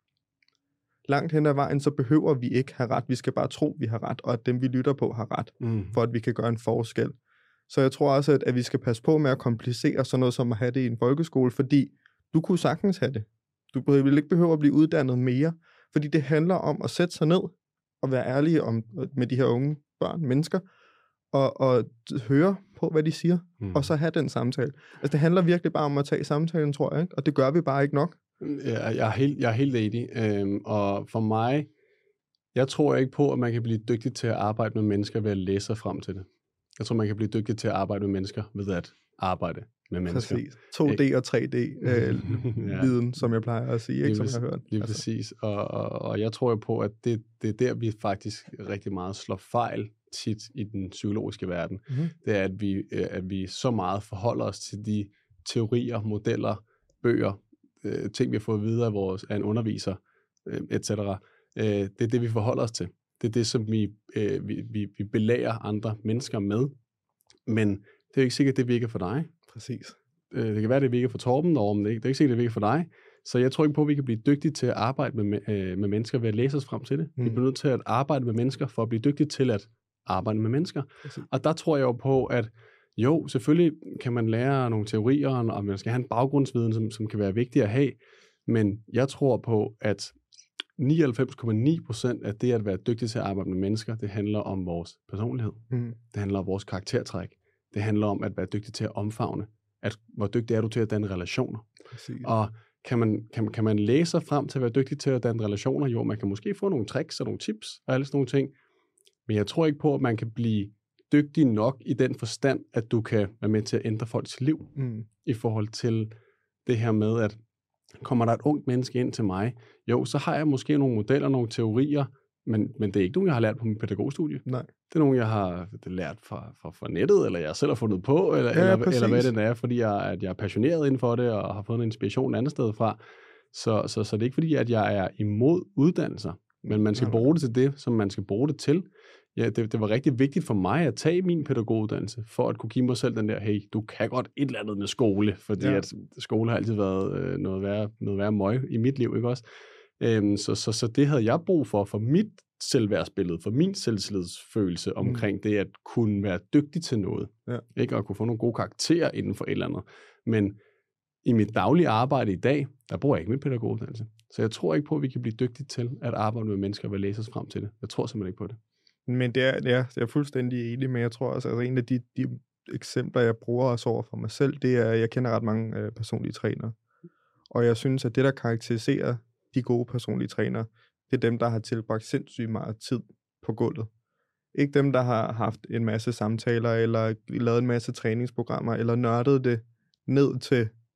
langt hen ad vejen, så behøver vi ikke have ret. Vi skal bare tro, vi har ret, og at dem, vi lytter på, har ret, for at vi kan gøre en forskel. Så jeg tror også, at vi skal passe på med at komplicere sådan noget som at have det i en folkeskole, fordi du kunne sagtens have det. Du vil ikke behøve at blive uddannet mere, fordi det handler om at sætte sig ned og være ærlige med de her unge børn, mennesker, og høre på, hvad de siger, og så have den samtale. Altså, det handler virkelig bare om at tage samtalen, tror jeg, ikke? Og det gør vi bare ikke nok. Jeg er helt enig. Og for mig, jeg tror ikke på, at man kan blive dygtig til at arbejde med mennesker ved at læse sig frem til det. Jeg tror, man kan blive dygtig til at arbejde med mennesker ved at arbejde med mennesker. Præcis. 2D og 3D-viden, som jeg plejer at sige, ikke, som jeg har hørt. Lige præcis. Og jeg tror jo på, at det er der, vi faktisk rigtig meget slår fejl tit i den psykologiske verden. Det er, at vi så meget forholder os til de teorier, modeller, bøger, ting, vi har fået videre af en underviser, etc. Det er det, vi forholder os til. Det er det, som vi belærer andre mennesker med. Men det er jo ikke sikkert, det virker for dig. Præcis. Det kan være, det virker for Torben derovre, men det er ikke sikkert, det virker for dig. Så jeg tror ikke på, at vi kan blive dygtige til at arbejde med mennesker ved at læse os frem til det. Vi bliver nødt til at arbejde med mennesker for at blive dygtige til at arbejde med mennesker. Præcis. Og der tror jeg jo på, at jo, selvfølgelig kan man lære nogle teorier, og man skal have en baggrundsviden, som kan være vigtig at have. Men jeg tror på, at 99,9% af det at være dygtig til at arbejde med mennesker, det handler om vores personlighed. Det handler om vores karaktertræk. Det handler om at være dygtig til at omfavne. Hvor dygtig er du til at danne relationer? Præcis. Og kan man læse sig frem til at være dygtig til at danne relationer? Jo, man kan måske få nogle tricks og nogle tips og alle sådan nogle ting. Men jeg tror ikke på, at man kan blive dygtig nok i den forstand, at du kan være med til at ændre folks liv. I forhold til det her med, at kommer der et ungt menneske ind til mig, jo, så har jeg måske nogle modeller, nogle teorier, men det er ikke nogen, jeg har lært på min pædagogstudie. Nej. Det er nogen, jeg har lært fra nettet, eller jeg selv har fundet på, eller hvad det er, fordi jeg er passioneret inden for det, og har fået en inspiration et andet sted fra. Så det er ikke fordi, at jeg er imod uddannelser, men man skal bruge det til det, som man skal bruge det til. Ja, det var rigtig vigtigt for mig at tage min pædagoguddannelse, for at kunne give mig selv den der, hey, du kan godt et eller andet med skole, fordi at skole har altid været noget værre møg i mit liv, ikke også? Så det havde jeg brug for mit selvværdsbillede, for min selvtillidsfølelse omkring det at kunne være dygtig til noget, ikke? Og kunne få nogle gode karakterer inden for et eller andet. Men i mit daglige arbejde i dag, der bruger jeg ikke min pædagoguddannelse. Så jeg tror ikke på, at vi kan blive dygtige til at arbejde med mennesker ved at læse os frem til det. Jeg tror simpelthen ikke på det. Men det er fuldstændig enig med, jeg tror også, altså en af de eksempler, jeg bruger også over for mig selv, det er, at jeg kender ret mange personlige trænere. Og jeg synes, at det, der karakteriserer de gode personlige trænere, det er dem, der har tilbragt sindssygt meget tid på gulvet. Ikke dem, der har haft en masse samtaler, eller lavet en masse træningsprogrammer, eller nørdet det ned til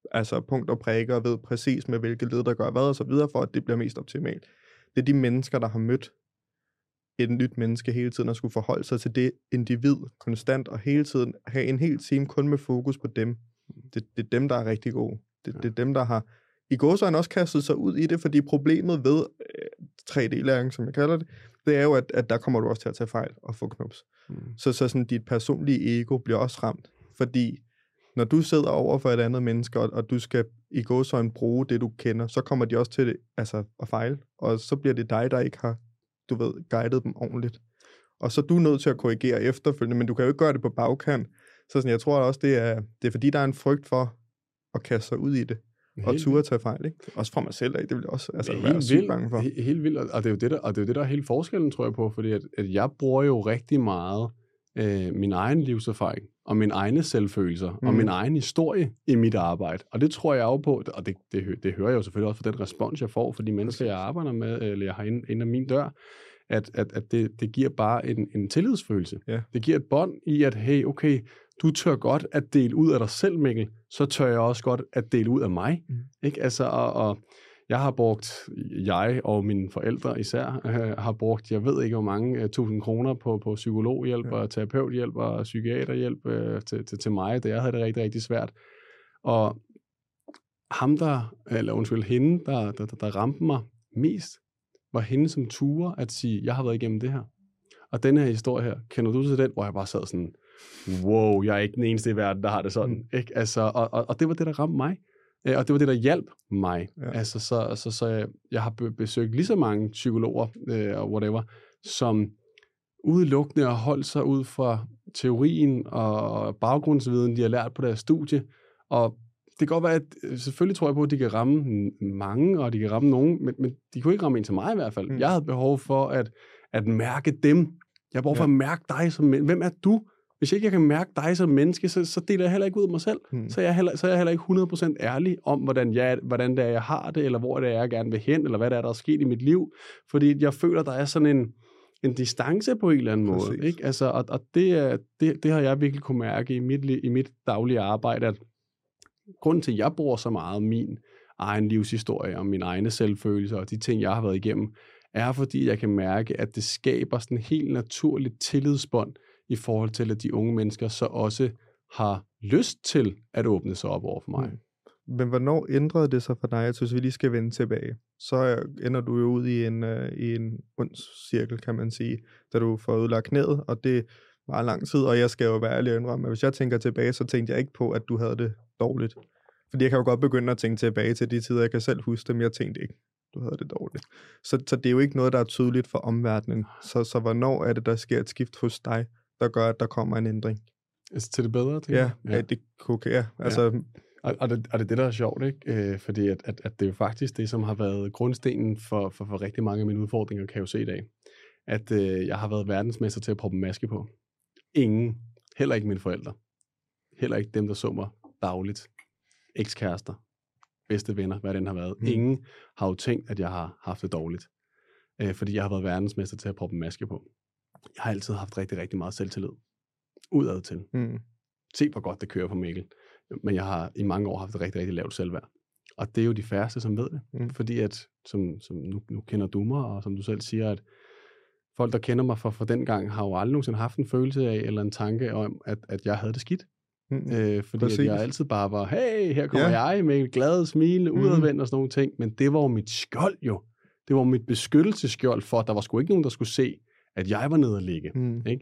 altså punkt og prikker, og ved præcis med hvilke led, der gør hvad, og så videre, for at det bliver mest optimalt. Det er de mennesker, der har mødt et nyt menneske hele tiden, og skulle forholde sig til det individ konstant, og hele tiden have en hel time kun med fokus på dem. Det er dem, der er rigtig gode. Det er dem, der har i gåseøjne også kastet sig ud i det, fordi problemet ved 3D-læring, som jeg kalder det, det er jo, at der kommer du også til at tage fejl og få knups. Så sådan, dit personlige ego bliver også ramt, fordi når du sidder over for et andet menneske, og du skal i gåseøjne bruge det, du kender, så kommer de også til det, altså at fejle, og så bliver det dig, der ikke har, du ved, guidet dem ordentligt. Og så er du nødt til at korrigere efterfølgende, men du kan jo ikke gøre det på bagkant. Så sådan, jeg tror også, det er fordi, der er en frygt for at kaste sig ud i det, og turde tage fejl, ikke? Også fra mig selv, ikke? Det vil jeg også være sygt bange for. Helt vildt, og det er jo det, der er hele forskellen, tror jeg på, fordi at jeg bruger jo rigtig meget min egen livserfaring, og min egne selvfølelser, og min egen historie i mit arbejde. Og det tror jeg jo på, og det hører jeg jo selvfølgelig også fra den respons, jeg får fra de mennesker, jeg arbejder med, eller jeg har inde af min dør, at det giver bare en tillidsfølelse. Ja. Det giver et bånd i, at hey, okay, du tør godt at dele ud af dig selv, Mikkel, så tør jeg også godt at dele ud af mig. Ikke? Altså, og jeg og mine forældre især, har brugt, jeg ved ikke hvor mange, 1000 kroner på psykologhjælp og terapeuthjælp og psykiaterhjælp til mig, da jeg havde det rigtig, rigtig svært. Og hende, der ramte mig mest, var hende, som turde at sige, jeg har været igennem det her. Og den her historie her, kender du til den, hvor jeg bare sad sådan, wow, jeg er ikke den eneste i verden, der har det sådan. Ikke? Altså, og det var det, der ramte mig. Og det var det, der hjalp mig. Ja. Altså, så jeg har besøgt lige så mange psykologer, og whatever, som udelukkende har holdt sig ud fra teorien og baggrundsviden, de har lært på deres studie. Og det kan godt være, at selvfølgelig tror jeg på, at de kan ramme mange, og de kan ramme nogen, men de kunne ikke ramme en til mig i hvert fald. Jeg havde behov for at mærke dem. Jeg har behov for at mærke dig som menneske. Hvem er du? Hvis ikke jeg kan mærke dig som menneske, så deler jeg heller ikke ud af mig selv. Så er jeg heller ikke 100% ærlig om, hvordan det er, jeg har det, eller hvor det er, jeg gerne vil hen, eller hvad det er, der er sket i mit liv. Fordi jeg føler, der er sådan en distance på en eller anden måde. Ikke? Altså, og det har jeg virkelig kunne mærke i mit daglige arbejde, at grunden til, at jeg bruger så meget min egen livshistorie og mine egne selvfølelser og de ting, jeg har været igennem, er fordi, jeg kan mærke, at det skaber sådan en helt naturligt tillidsbånd i forhold til, at de unge mennesker så også har lyst til at åbne sig op over for mig. Men hvornår ændrede det sig for dig? Jeg synes, vi lige skal vende tilbage. Så ender du jo ud i en ond cirkel, kan man sige, da du får udlagt knæet, og det var lang tid, og jeg skal jo være ærlig og indrømme, at hvis jeg tænker tilbage, så tænkte jeg ikke på, at du havde det dårligt. Fordi jeg kan jo godt begynde at tænke tilbage til de tider, jeg kan selv huske dem, jeg tænkte ikke, du havde det dårligt. Så det er jo ikke noget, der er tydeligt for omverdenen. Så hvornår er det, der sker et skift hos dig, der gør, at der kommer en ændring? Altså til det bedre, tænker jeg? Ja, det kunne, ja. Altså... Ja. Og det der er sjovt, ikke? Fordi at det er jo faktisk det, som har været grundstenen for rigtig mange af mine udfordringer, kan jeg jo se i dag. At jeg har været verdensmester til at proppe en maske på. Ingen, heller ikke mine forældre, heller ikke dem, der så mig dagligt, ekskærester, bedste venner, hvad den har været. Ingen har jo tænkt, at jeg har haft det dårligt. Fordi jeg har været verdensmester til at proppe en maske på. Jeg har altid haft rigtig, rigtig meget selvtillid. Udad til. Se, hvor godt det kører på Mikkel. Men jeg har i mange år haft et rigtig, rigtig lavt selvværd. Og det er jo de færreste, som ved det. Fordi at, som nu kender du mig, og som du selv siger, at folk, der kender mig fra den gang, har jo aldrig nogensinde haft en følelse af, eller en tanke om, at jeg havde det skidt. Fordi at jeg altid bare var, hey, her kommer jeg med et glad smil, udadvendt og sådan nogle ting. Men det var jo mit skjold jo. Det var mit beskyttelsesskjold for, at der var sgu ikke nogen, der skulle se, at jeg var nede at ligge. Ikke?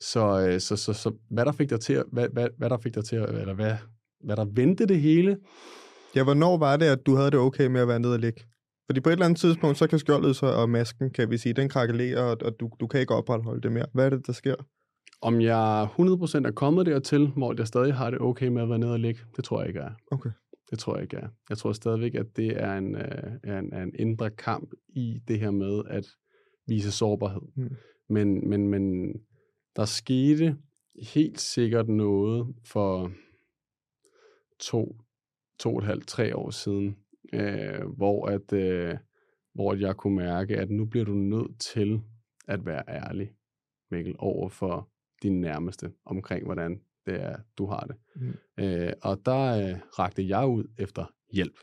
Så hvad der fik dig til, eller hvad der vendte det hele? Ja, hvornår var det, at du havde det okay med at være nede og ligge? Fordi på et eller andet tidspunkt, så kan skjoldet så, og masken, kan vi sige, den krakelerer, og du kan ikke opretholde det mere. Hvad er det, der sker? Om jeg 100% er kommet dertil, hvor jeg stadig har det okay med at være nede og ligge, det tror jeg ikke er. Okay. Det tror jeg ikke er. Jeg tror stadigvæk, at det er en indre kamp i det her med at vise sårbarhed. Men der skete helt sikkert noget for 2,5-3 år siden, hvor jeg kunne mærke, at nu bliver du nødt til at være ærlig, Mikkel, over for din nærmeste omkring, hvordan det er, du har det. Og der rakte jeg ud efter hjælp.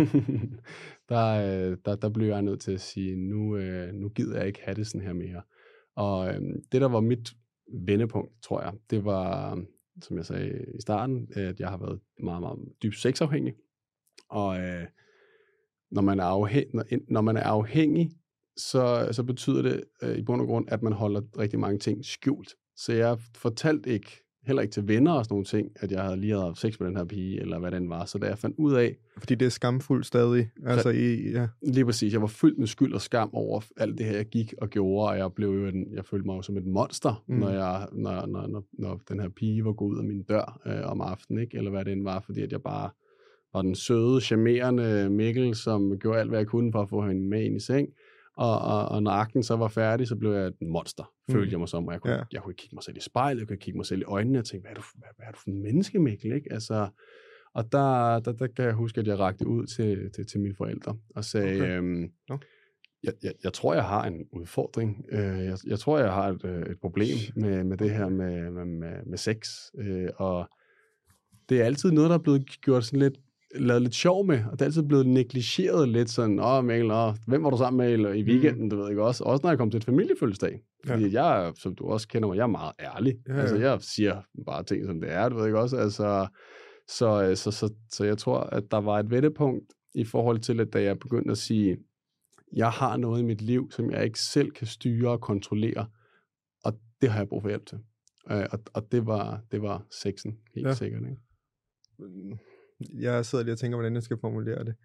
Der blev jeg nødt til at sige, nu gider jeg ikke have det sådan her mere. Og det, der var mit vendepunkt, tror jeg, det var, som jeg sagde i starten, at jeg har været meget, meget dybt sexafhængig. Og når man er afhængig, så betyder det i bund og grund, at man holder rigtig mange ting skjult. Så jeg fortalte heller ikke til venner og sådan nogle ting, at jeg lige havde haft sex med den her pige, eller hvad den var. Så da jeg fandt ud af... Fordi det er skamfuldt stadig. Altså ja. Lige præcis. Jeg var fyldt med skyld og skam over alt det her, jeg gik og gjorde, og jeg følte mig jo som et monster, når den her pige var gået ud af min dør om aftenen, ikke? Eller hvad det end var, fordi at jeg bare var den søde, charmerende Mikkel, som gjorde alt, hvad jeg kunne for at få hende med ind i seng. Og når akten så var færdig, så blev jeg et monster, følte jeg mig som, og jeg kunne ikke kigge mig selv i spejlet, jeg kunne ikke kigge mig selv i øjnene, og tænke, hvad er du for en menneske, Mikkel, ikke? Altså, og der kan jeg huske, at jeg rakte ud til mine forældre, og sagde, jeg tror, jeg har en udfordring, jeg tror, jeg har et problem med det her med sex, og det er altid noget, der er blevet gjort sådan lidt, lavet lidt sjov med, og det er altid blevet negligeret lidt sådan, Mikkel, hvem var du sammen med eller i weekenden, du ved ikke også når jeg kom til et familiefødselsdag, fordi jeg, som du også kender mig, jeg er meget ærlig, altså jeg siger bare ting, som det er, du ved ikke også, altså, så jeg tror, at der var et vendepunkt i forhold til, at da jeg begyndte at sige, jeg har noget i mit liv, som jeg ikke selv kan styre og kontrollere, og det har jeg brug for hjælp til, og det var sexen, helt sikkert, ikke? Jeg sidder lige og tænker, hvordan jeg skal formulere det.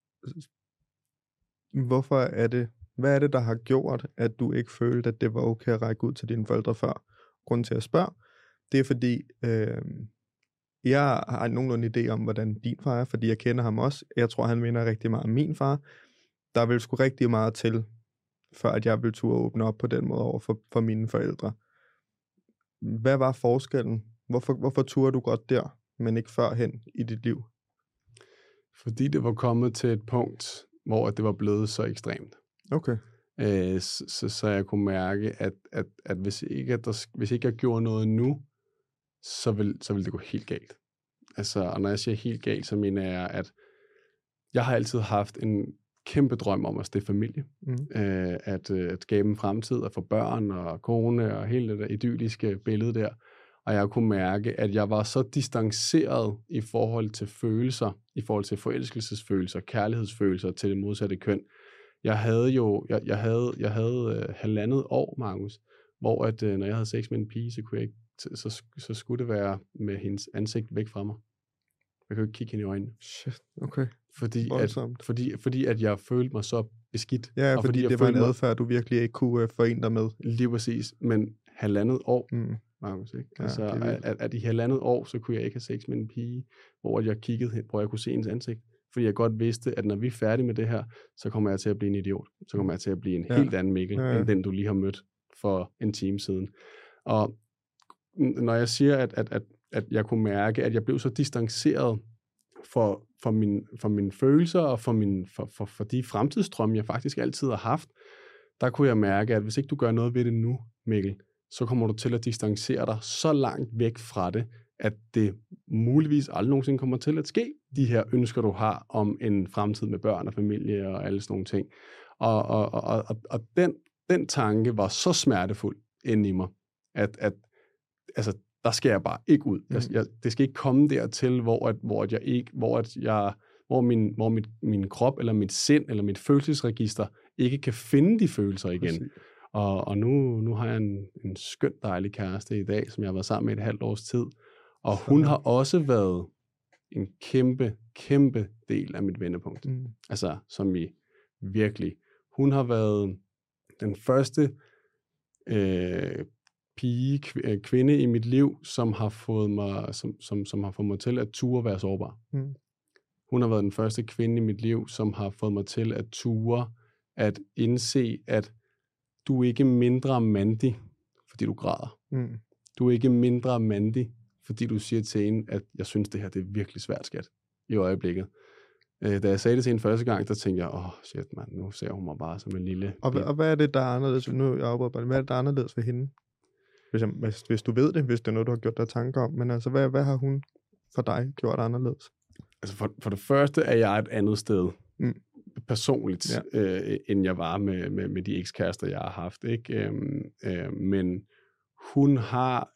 Hvad er det, der har gjort, at du ikke følte, at det var okay at række ud til dine forældre før? Grunden til at spørge, det er fordi, jeg har nogenlunde idé om, hvordan din far er, fordi jeg kender ham også. Jeg tror, han minder rigtig meget om min far. Der vil sgu rigtig meget til, før at jeg ville turde åbne op på den måde over for mine forældre. Hvad var forskellen? Hvorfor turde du godt der, men ikke førhen i dit liv? Fordi det var kommet til et punkt, hvor det var blevet så ekstremt. Okay. Så jeg kunne mærke, at hvis ikke jeg gjorde noget nu, så ville det gå helt galt. Altså, og når jeg siger helt galt, så mener jeg, at jeg har altid haft en kæmpe drøm om at stifte familie. At skabe en fremtid og få børn og kone og hele det der idylliske billede der. Og jeg kunne mærke, at jeg var så distanceret i forhold til følelser, i forhold til forelskelsesfølelser, kærlighedsfølelser til det modsatte køn. Jeg havde 1,5 år, Markus, hvor at, når jeg havde sex med en pige, så skulle det være med hendes ansigt væk fra mig. Jeg kunne ikke kigge hende i øjnene. Shit, okay. Fordi at jeg følte mig så beskidt. Ja, og fordi det var en adfærd, du virkelig ikke kunne forene dig med. Lige præcis, men 1,5 år, Markus, ikke? Altså, at i 1,5 år, så kunne jeg ikke have sex med en pige, hvor jeg kiggede hen, hvor jeg kunne se hendes ansigt. Fordi jeg godt vidste, at når vi er færdige med det her, så kommer jeg til at blive en idiot. Så kommer jeg til at blive en helt anden Mikkel, end den, du lige har mødt for en time siden. Og når jeg siger, at jeg kunne mærke, at jeg blev så distanceret for mine følelser og for de fremtidsdrømme, jeg faktisk altid har haft, der kunne jeg mærke, at hvis ikke du gør noget ved det nu, Mikkel, så kommer du til at distancere dig så langt væk fra det, at det muligvis aldrig nogensinde kommer til at ske, de her ønsker, du har om en fremtid med børn og familie og alle sådan nogle ting. Og den tanke var så smertefuld inde i mig, at altså, der skal jeg bare ikke ud. Det skal ikke komme dertil, hvor min krop eller mit sind eller mit følelsesregister ikke kan finde de følelser igen. Og nu har jeg en skøn dejlig kæreste i dag, som jeg har været sammen med et halvt års tid. Og hun har også været en kæmpe, kæmpe del af mit vendepunkt. Altså, som i virkelig. Hun har været den første kvinde i mit liv, som har fået mig, som har fået mig til at ture være sårbar. Hun har været den første kvinde i mit liv, som har fået mig til at ture at indse, at du er ikke mindre mandig, fordi du græder. Du er ikke mindre mandig, fordi du siger til hende, at jeg synes, det her det er virkelig svært, skat, i øjeblikket. Da jeg sagde det til hende første gang, der tænkte jeg, shit mand, nu ser hun mig bare som en lille... Og hvad er det, der er anderledes? Nu er jeg hvad er det, der er anderledes ved hende? hvis du ved det, hvis det er noget, du har gjort dig tanker om. Men altså, hvad har hun for dig gjort anderledes? Altså for det første er jeg et andet sted personligt, end jeg var med de ekskærester, jeg har haft. Ikke? Men hun har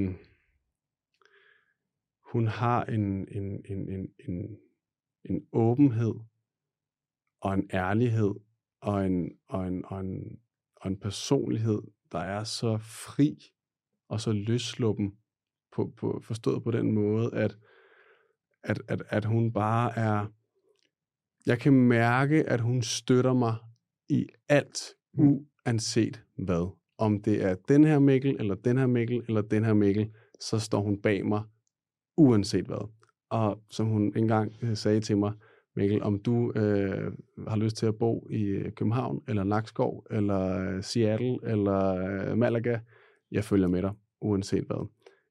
en åbenhed og en ærlighed og en personlighed, der er så fri og så løssluppen, forstået på den måde, at hun bare er... Jeg kan mærke, at hun støtter mig i alt, uanset hvad. Om det er den her Mikkel, eller den her Mikkel, eller den her Mikkel, så står hun bag mig, uanset hvad. Og som hun engang sagde til mig, Mikkel, om du har lyst til at bo i København, eller Nakskov, eller Seattle, eller Malaga, jeg følger med dig, uanset hvad.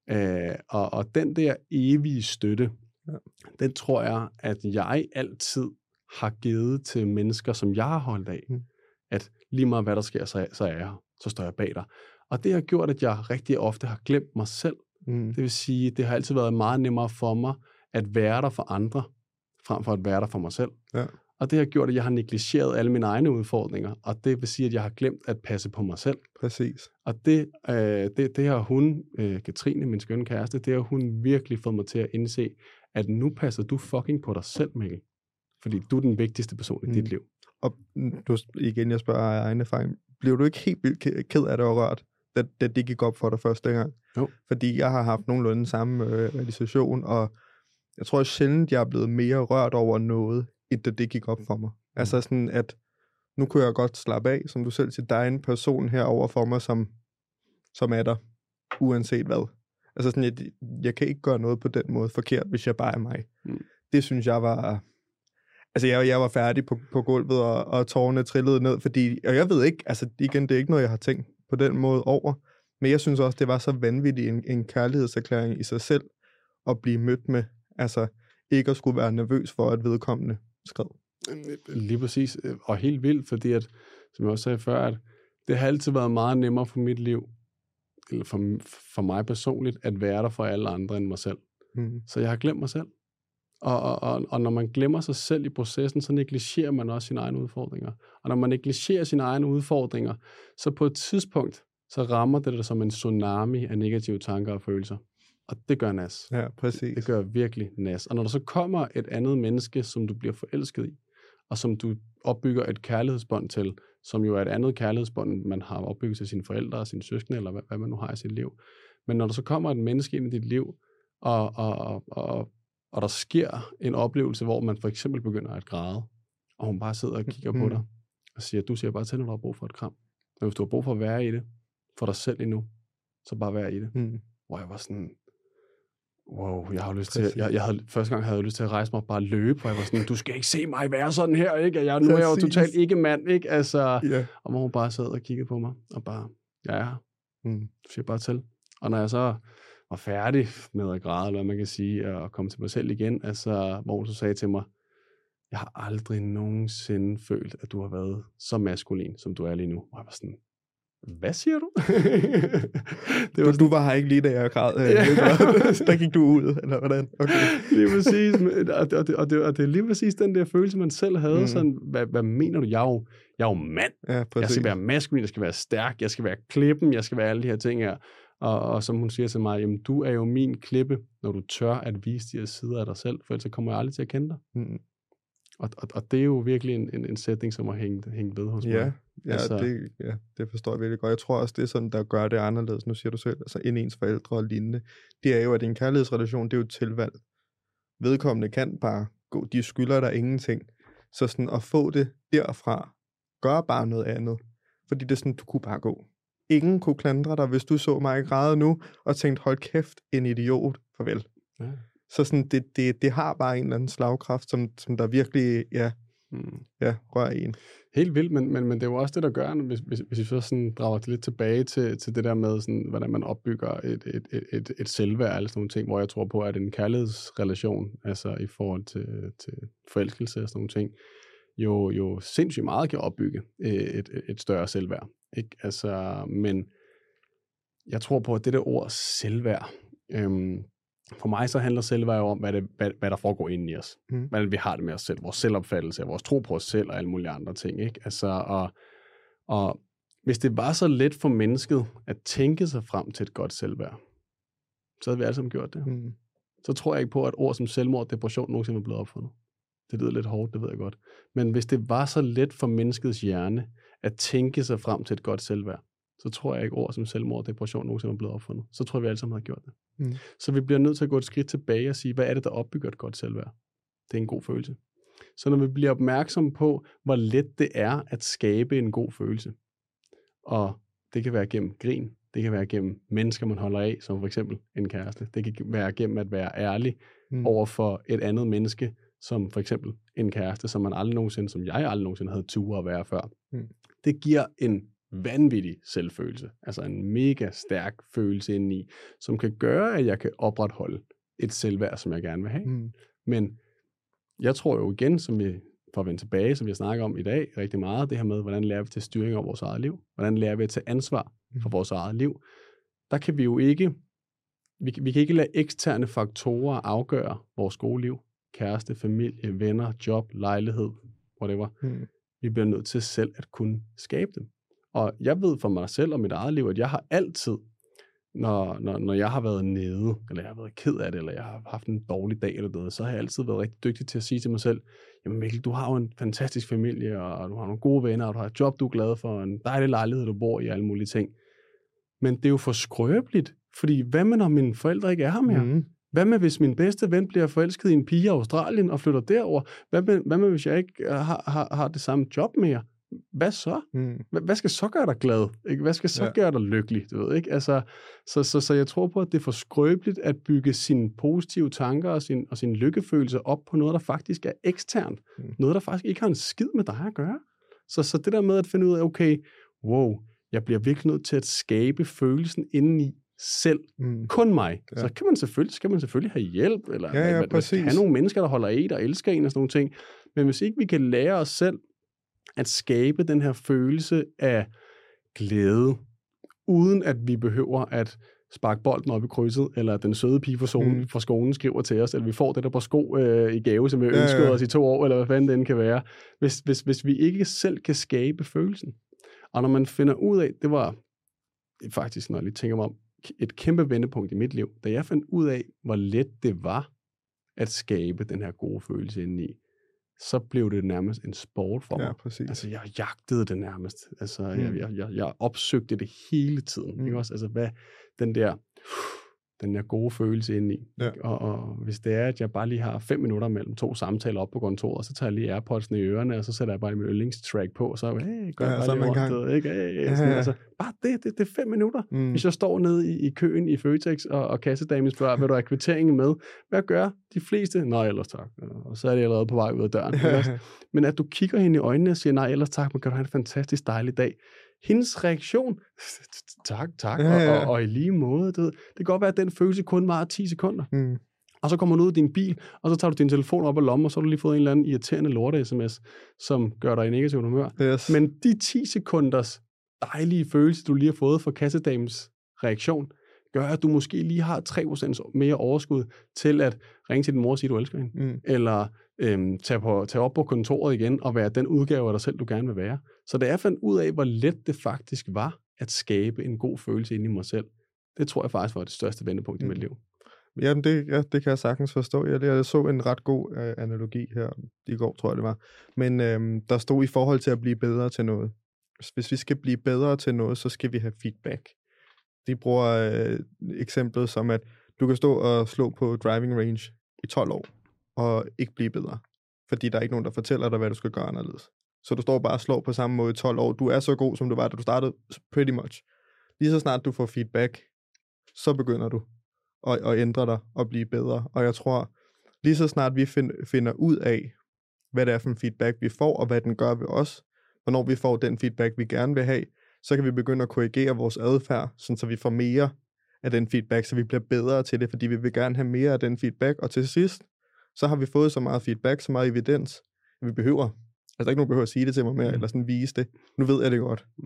Og den der evige støtte, den tror jeg, at jeg altid har givet til mennesker, som jeg har holdt af. At lige meget hvad der sker, så er jeg her. Så står jeg bag dig. Og det har gjort, at jeg rigtig ofte har glemt mig selv. Det vil sige, det har altid været meget nemmere for mig, at være der for andre, frem for at være der for mig selv. Ja. Og det har gjort, at jeg har negligeret alle mine egne udfordringer, og det vil sige, at jeg har glemt at passe på mig selv. Præcis. Og det har hun, Katrine, min skønne kæreste, det har hun virkelig fået mig til at indse, at nu passer du fucking på dig selv, Mikkel. Fordi du er den vigtigste person i dit liv. Og igen, jeg spørger af egen erfaring, blev du ikke helt vildt ked af det og rørt, da det gik op for dig første gang? Jo. Fordi jeg har haft nogenlunde samme realisation, og jeg tror sjældent, jeg er blevet mere rørt over noget, end da det gik op for mig. Altså sådan, at nu kunne jeg godt slappe af, som du selv siger, der er en person herover for mig, som er der, uanset hvad. Altså sådan, jeg kan ikke gøre noget på den måde forkert, hvis jeg bare er mig. Det synes jeg var... Altså, jeg var færdig på gulvet, og tårerne trillede ned, fordi... Og jeg ved ikke, altså igen, det er ikke noget, jeg har tænkt på den måde over, men jeg synes også, det var så vanvittigt en kærlighedserklæring i sig selv, at blive mødt med, altså ikke at skulle være nervøs for, at vedkommende skrev. Lige præcis, og helt vildt, fordi at, som jeg også sagde før, at det har altid været meget nemmere for mit liv, eller for mig personligt, at være der for alle andre end mig selv. Så jeg har glemt mig selv. Og når man glemmer sig selv i processen, så negligerer man også sine egne udfordringer. Og når man negligerer sine egne udfordringer, så på et tidspunkt, så rammer det dig som en tsunami af negative tanker og følelser. Og det gør nas. Ja, præcis. Det gør virkelig nas. Og når der så kommer et andet menneske, som du bliver forelsket i, og som du opbygger et kærlighedsbånd til, som jo er et andet kærlighedsbånd, man har opbygget til sine forældre og sine søskende, eller hvad man nu har i sit liv. Men når der så kommer et menneske ind i dit liv, og der sker en oplevelse, hvor man for eksempel begynder at græde, og hun bare sidder og kigger på dig, og siger, du siger bare til, når du har brug for et kram. Men hvis du har brug for at være i det, for dig selv endnu, så bare være i det. Hvor jeg var sådan, wow, jeg har lyst til, første gang havde jeg lyst til at rejse mig og bare løbe, og jeg var sådan, du skal ikke se mig være sådan her, ikke? Nu er jeg jo totalt ikke mand, ikke? Altså, og hvor hun bare sad og kiggede på mig, og bare, jeg er her. Du siger bare til. Og når jeg så var færdig med at græde, eller hvad man kan sige, og komme til mig selv igen, altså, hvor hun så sagde til mig, jeg har aldrig nogensinde følt, at du har været så maskulin, som du er lige nu. Og jeg var sådan, hvad siger du? Du var her ikke lige, da jeg græd. Der gik du ud, eller hvordan? Okay. Lige præcis. Og det er lige præcis den der følelse, man selv havde. Sådan, hvad mener du? Jeg er jo mand. Ja, jeg skal være maskulin, jeg skal være stærk, jeg skal være klippen, jeg skal være alle de her ting her. Og som hun siger til mig, jamen du er jo min klippe, når du tør at vise de her sider af dig selv, for ellers kommer jeg aldrig til at kende dig. Og det er jo virkelig en sætning, som har hængt ved hos mig. Det forstår jeg virkelig godt. Jeg tror også, det er sådan, der gør det anderledes, nu siger du selv, altså end ens forældre og lignende. Det er jo, at en kærlighedsrelation, det er jo et tilvalg. Vedkommende kan bare gå, de skylder der ingenting. Så sådan at få det derfra, gør bare noget andet. Fordi det er sådan, du kunne bare gå. Ingen kunne klandre dig, hvis du så mig græde nu, og tænkte, hold kæft, en idiot, farvel. Ja. Så sådan, det har bare en eller anden slagkraft, som der virkelig, rører en. Helt vildt, men det er jo også det, der gør, hvis vi så sådan drager det lidt tilbage til det der med, sådan, hvordan man opbygger et selvværd, eller sådan nogle ting, hvor jeg tror på, at en kærlighedsrelation, altså i forhold til forelskelse og sådan nogle ting, jo sindssygt meget kan opbygge et større selvværd. Ikke? Altså, men Jeg tror på, at det der ord selvværd, for mig så handler selvværd om, hvad der foregår inde i os. Hvordan vi har det med os selv, vores selvopfattelse, vores tro på os selv og alle mulige andre ting. Ikke? Altså, og hvis det var så let for mennesket at tænke sig frem til et godt selvværd, så havde vi alle sammen gjort det. Så tror jeg ikke på, at ord som selvmord og depression nogensinde er blevet opfundet. Det lyder lidt hårdt, det ved jeg godt. Men hvis det var så let for menneskets hjerne at tænke sig frem til et godt selvværd, så tror jeg ikke, ord som selvmord og depression nogensinde er blevet opfundet. Så tror jeg, vi alle sammen havde gjort det. Så vi bliver nødt til at gå et skridt tilbage og sige, hvad er det, der opbygger et godt selvværd? Det er en god følelse. Så når vi bliver opmærksomme på, hvor let det er at skabe en god følelse, og det kan være gennem grin, det kan være gennem mennesker, man holder af, som for eksempel en kæreste. Det kan være gennem at være ærlig over for et andet menneske, som for eksempel en kæreste, som jeg aldrig nogensinde havde tur at være før. Det giver en vanvittig selvfølelse, altså en mega stærk følelse indeni, som kan gøre, at jeg kan opretholde et selvværd, som jeg gerne vil have. Men jeg tror jo igen, som vi for at vende tilbage, som vi snakker om i dag rigtig meget, det her med, hvordan lærer vi til styring over vores eget liv? Hvordan lærer vi at tage ansvar for vores eget liv? Der kan vi jo ikke, vi kan ikke lade eksterne faktorer afgøre vores gode liv. Kæreste, familie, venner, job, lejlighed, whatever. Vi bliver nødt til selv at kunne skabe dem. Og jeg ved for mig selv og mit eget liv, at jeg har altid, når jeg har været nede, eller jeg har været ked af det, eller jeg har haft en dårlig dag eller noget, så har jeg altid været rigtig dygtig til at sige til mig selv, jamen Mikkel, du har jo en fantastisk familie, og du har nogle gode venner, og du har et job, du er glad for, og en dejlig lejlighed, du bor i, og alle mulige ting. Men det er jo for skrøbeligt, fordi hvad med, når mine forældre ikke er her mere? Hvad med, hvis min bedste ven bliver forelsket i en pige i Australien og flytter derover? Hvad med hvis jeg ikke har det samme job mere? Hvad så? Hvad skal så gøre dig glad? Ikke? Hvad skal så gøre dig lykkelig? Du ved, ikke? Altså, så jeg tror på, at det er for skrøbeligt at bygge sine positive tanker og sin lykkefølelse op på noget, der faktisk er eksternt. Noget, der faktisk ikke har en skid med dig at gøre. Så det der med at finde ud af, okay, wow, jeg bliver virkelig nødt til at skabe følelsen indeni selv. Kun mig. Så skal man selvfølgelig have hjælp, eller have nogle mennesker, der holder af og elsker en og sådan nogle ting. Men hvis ikke vi kan lære os selv at skabe den her følelse af glæde, uden at vi behøver at sparke bolden op i krydset, eller den søde pige fra skolen skriver til os, eller vi får det der på sko i gave, som vi ønskede os i 2 år, eller hvad fanden det end kan være. Hvis vi ikke selv kan skabe følelsen. Og når man finder ud af, det var faktisk, når jeg lige tænker mig om, et kæmpe vendepunkt i mit liv, da jeg fandt ud af, hvor let det var at skabe den her gode følelse indeni, så blev det nærmest en sport for mig. Ja, præcis. Altså, jeg jagtede det nærmest. Altså, jeg opsøgte det hele tiden. Ikke også? Altså, hvad den der gode følelse indeni. Ja. Og hvis det er, at jeg bare lige har 5 minutter mellem 2 samtaler op på kontoret, så tager jeg lige AirPods'ene i ørerne, og så sætter jeg bare min yndlingstrack på, og så gør jeg bare lige rundt. Ikke? Altså, bare det er 5 minutter. Hvis jeg står nede i køen i Føtex, og kassedamen spørger, vil du have kvitteringen med? Hvad gør de fleste? Nej, ellers tak. Og så er det allerede på vej ud af døren. Men at du kigger hende i øjnene og siger, nej, ellers tak, men kan du have en fantastisk dejlig dag. Hendes reaktion, tak, og i lige måde, det kan godt være, at den følelse kun varer 10 sekunder. Og så kommer du ud af din bil, og så tager du din telefon op af lommen, og så har du lige fået en eller anden irriterende lorte-sms, som gør dig i negativ humør. Yes. Men de 10 sekunders dejlige følelse, du lige har fået fra kassedamens reaktion, gør, at du måske lige har 3% mere overskud til at ringe til din mor og sige, at du elsker hende. Eller tage op på kontoret igen og være den udgave af dig selv, du gerne vil være. Så da jeg fandt ud af, hvor let det faktisk var at skabe en god følelse inde i mig selv, det tror jeg faktisk var det største vendepunkt i mit liv. Jamen, det kan jeg sagtens forstå. Jeg så en ret god analogi her i går, tror jeg det var. Men der stod i forhold til at blive bedre til noget. Hvis vi skal blive bedre til noget, så skal vi have feedback. De bruger eksemplet som, at du kan stå og slå på driving range i 12 år, og ikke blive bedre. Fordi der er ikke nogen, der fortæller dig, hvad du skal gøre anderledes. Så du står bare og slår på samme måde i 12 år. Du er så god, som du var, da du startede, pretty much. Lige så snart du får feedback, så begynder du at ændre dig og blive bedre. Og jeg tror, lige så snart vi finder ud af, hvad det er for en feedback, vi får, og hvad den gør ved os, og når vi får den feedback, vi gerne vil have, så kan vi begynde at korrigere vores adfærd, så vi får mere af den feedback, så vi bliver bedre til det, fordi vi vil gerne have mere af den feedback. Og til sidst, så har vi fået så meget feedback, så meget evidens, at vi behøver, altså der er ikke nogen, der behøver at sige det til mig mere, eller sådan vise det. Nu ved jeg det godt.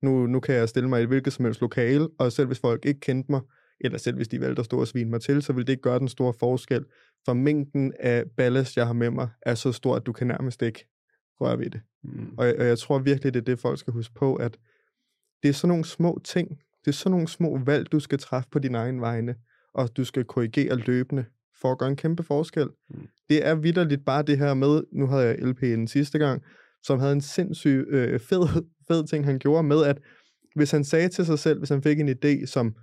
Nu kan jeg stille mig i et hvilket som helst lokale, og selv hvis folk ikke kendte mig, eller selv hvis de valgte at stå og svine mig til, så vil det ikke gøre den store forskel. For mængden af ballast, jeg har med mig, er så stor, at du kan nærmest ikke røre ved det. Og jeg tror virkelig, det er det, folk skal huske på, at det er sådan nogle små ting, det er sådan nogle små valg, du skal træffe på din egen vegne, og du skal korrigere løbende for at gøre en kæmpe forskel. Det er vitterligt bare det her med, nu havde jeg LP'en sidste gang, som havde en sindssyg fed ting, han gjorde med, at hvis han sagde til sig selv, hvis han fik en idé, som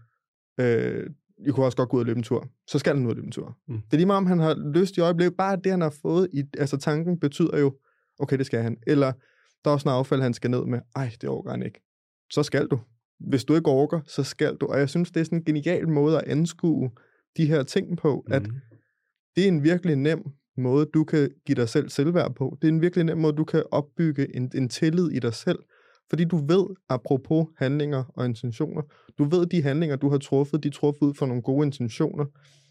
jeg kunne også godt gå ud og løbe en tur, så skal han ud og løbe en tur. Det er lige meget, om han har lyst i øjeblikket, bare det, han har fået, altså tanken betyder jo, okay, det skal han. Eller der er også noget affald, han skal ned med, det overgår han ikke. Så skal du. Hvis du ikke orker, så skal du. Og jeg synes, det er sådan en genial måde at anskue de her ting på, at det er en virkelig nem måde, du kan give dig selv selvværd på. Det er en virkelig nem måde, du kan opbygge en tillid i dig selv. Fordi du ved, apropos handlinger og intentioner, du ved, de handlinger, du har truffet, de er truffet ud fra nogle gode intentioner.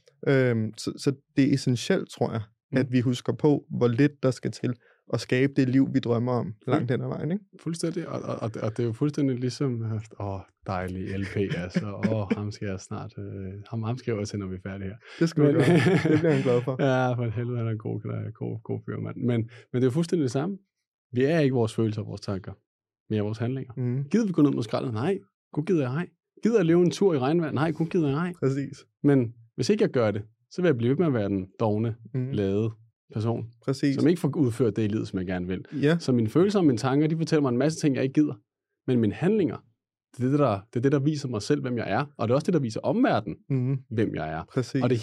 Så det er essentielt, tror jeg, at vi husker på, hvor lidt der skal til at skabe det liv, vi drømmer om langt den ad vejen, ikke? Fuldstændig, og det er jo fuldstændig ligesom, dejlig LP, altså, ham skal jeg snart, ham skriver jeg til, når vi er færdige her. Det skal vi gøre, det bliver han glad for. Ja, for helvede, han er en god fyr, mand. Men det er jo fuldstændig det samme. Vi er ikke vores følelser og vores tanker, mere vores handlinger. Gider vi gå ned mod skraldet? Nej. Gud gider jeg ej. Gider jeg leve en tur i regnvand? Nej, Gud gider jeg ej. Præcis. Men hvis ikke jeg gør det, så vil jeg blive ved med at være den dovne, lade person. Præcis. Som ikke får udført det i livet, som jeg gerne vil. Ja. Så mine følelser og mine tanker, de fortæller mig en masse ting, jeg ikke gider. Men mine handlinger, det er det, der viser mig selv, hvem jeg er. Og det er også det, der viser omverdenen, hvem jeg er. Præcis. Og det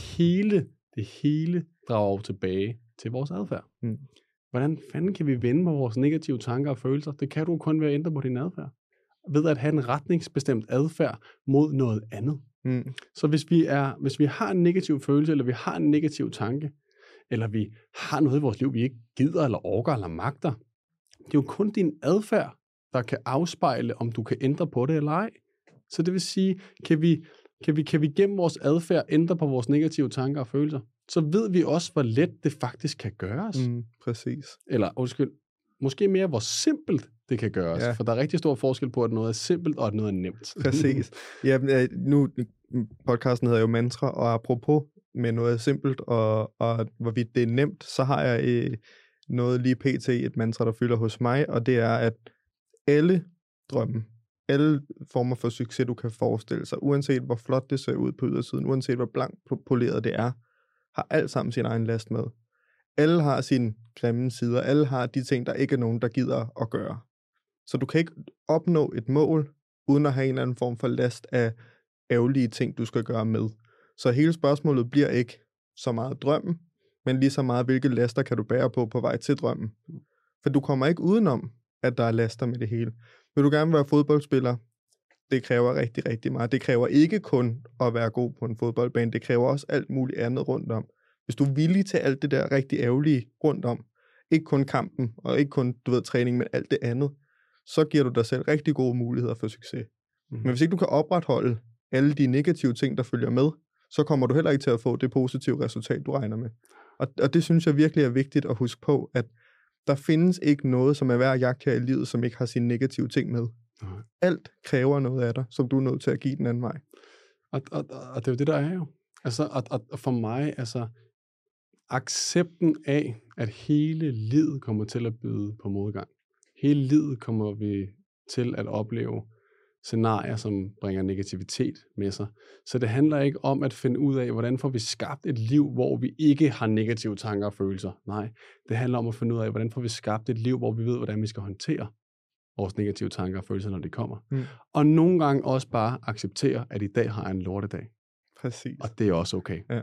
hele drager tilbage til vores adfærd. Hvordan fanden kan vi vende på vores negative tanker og følelser? Det kan du kun ved at ændre på din adfærd. Ved at have en retningsbestemt adfærd mod noget andet. Så hvis vi har en negativ følelse, eller vi har en negativ tanke, eller vi har noget i vores liv, vi ikke gider, eller orker, eller magter, det er jo kun din adfærd, der kan afspejle, om du kan ændre på det eller ej. Så det vil sige, kan vi gennem vores adfærd ændre på vores negative tanker og følelser, så ved vi også, hvor let det faktisk kan gøres. Præcis. Eller, måske mere, hvor simpelt det kan gøres. Ja. For der er rigtig stor forskel på, at noget er simpelt, og at noget er nemt. Præcis. Ja, nu, podcasten hedder jo Mantra, og apropos med noget simpelt, og hvorvidt det er nemt, så har jeg noget lige pt. Et mantra, der fylder hos mig, og det er, at alle drømme, alle former for succes, du kan forestille sig, uanset hvor flot det ser ud på ydersiden, uanset hvor blankt poleret det er, har alt sammen sin egen last med. Alle har sine grimme sider, alle har de ting, der ikke er nogen, der gider at gøre. Så du kan ikke opnå et mål, uden at have en eller anden form for last af ærgerlige ting, du skal gøre med. Så hele spørgsmålet bliver ikke så meget drømmen, men lige så meget, hvilke laster kan du bære på vej til drømmen. For du kommer ikke udenom, at der er laster med det hele. Vil du gerne være fodboldspiller, det kræver rigtig, rigtig meget. Det kræver ikke kun at være god på en fodboldbane, det kræver også alt muligt andet rundt om. Hvis du er villig til alt det der rigtig ærgerlige rundt om, ikke kun kampen, og ikke kun, træning, men alt det andet, så giver du dig selv rigtig gode muligheder for succes. Men hvis ikke du kan opretholde alle de negative ting, der følger med, så kommer du heller ikke til at få det positive resultat, du regner med. Og det synes jeg virkelig er vigtigt at huske på, at der findes ikke noget, som er værd at jagte her i livet, som ikke har sine negative ting med. Alt kræver noget af dig, som du er nødt til at give den anden vej. Og det er jo det, der er jo. Altså, og for mig, altså, accepten af, at hele livet kommer til at byde på modgang. Hele livet kommer vi til at opleve scenarier, som bringer negativitet med sig. Så det handler ikke om at finde ud af, hvordan får vi skabt et liv, hvor vi ikke har negative tanker og følelser. Nej, det handler om at finde ud af, hvordan får vi skabt et liv, hvor vi ved, hvordan vi skal håndtere vores negative tanker og følelser, når de kommer. Og nogle gange også bare acceptere, at i dag har jeg en lortedag. Præcis. Og det er også okay. Ja.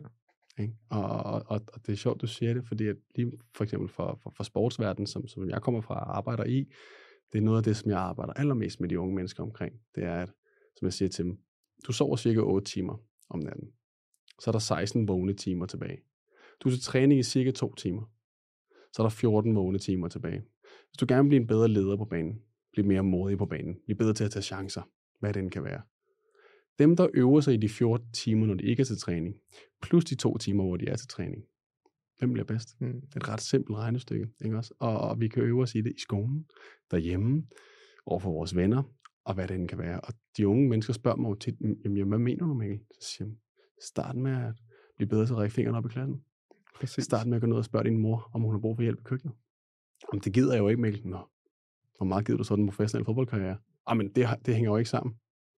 Og det er sjovt, du siger det, fordi at lige for eksempel for sportsverdenen, som jeg kommer fra og arbejder i, det er noget af det, som jeg arbejder allermest med de unge mennesker omkring. Det er, at, som jeg siger til dem, du sover cirka 8 timer om natten. Så er der 16 vågne timer tilbage. Du er til træning i cirka 2 timer. Så er der 14 vågne timer tilbage. Hvis du gerne vil blive en bedre leder på banen, blive mere modig på banen, blive bedre til at tage chancer, hvad det end kan være. Dem, der øver sig i de 14 timer, når de ikke er til træning, plus de 2 timer, hvor de er til træning, hvem bliver bedst? Det er et ret simpelt regnestykke, ikke også? Og vi kan øve os i det i skolen, derhjemme, overfor vores venner, og hvad det end kan være. Og de unge mennesker spørger mig jo tit, jamen, hvad mener du, Mikkel? Så siger jeg, start med at blive bedre til at række fingrene op i klassen. Præcis. Start med at gå ned og spørge din mor, om hun har brug for hjælp i køkkenet. Om det gider jeg jo ikke, Mikkel. Nå, hvor meget gider du så den professionelle fodboldkarriere? Men det hænger jo ikke sammen.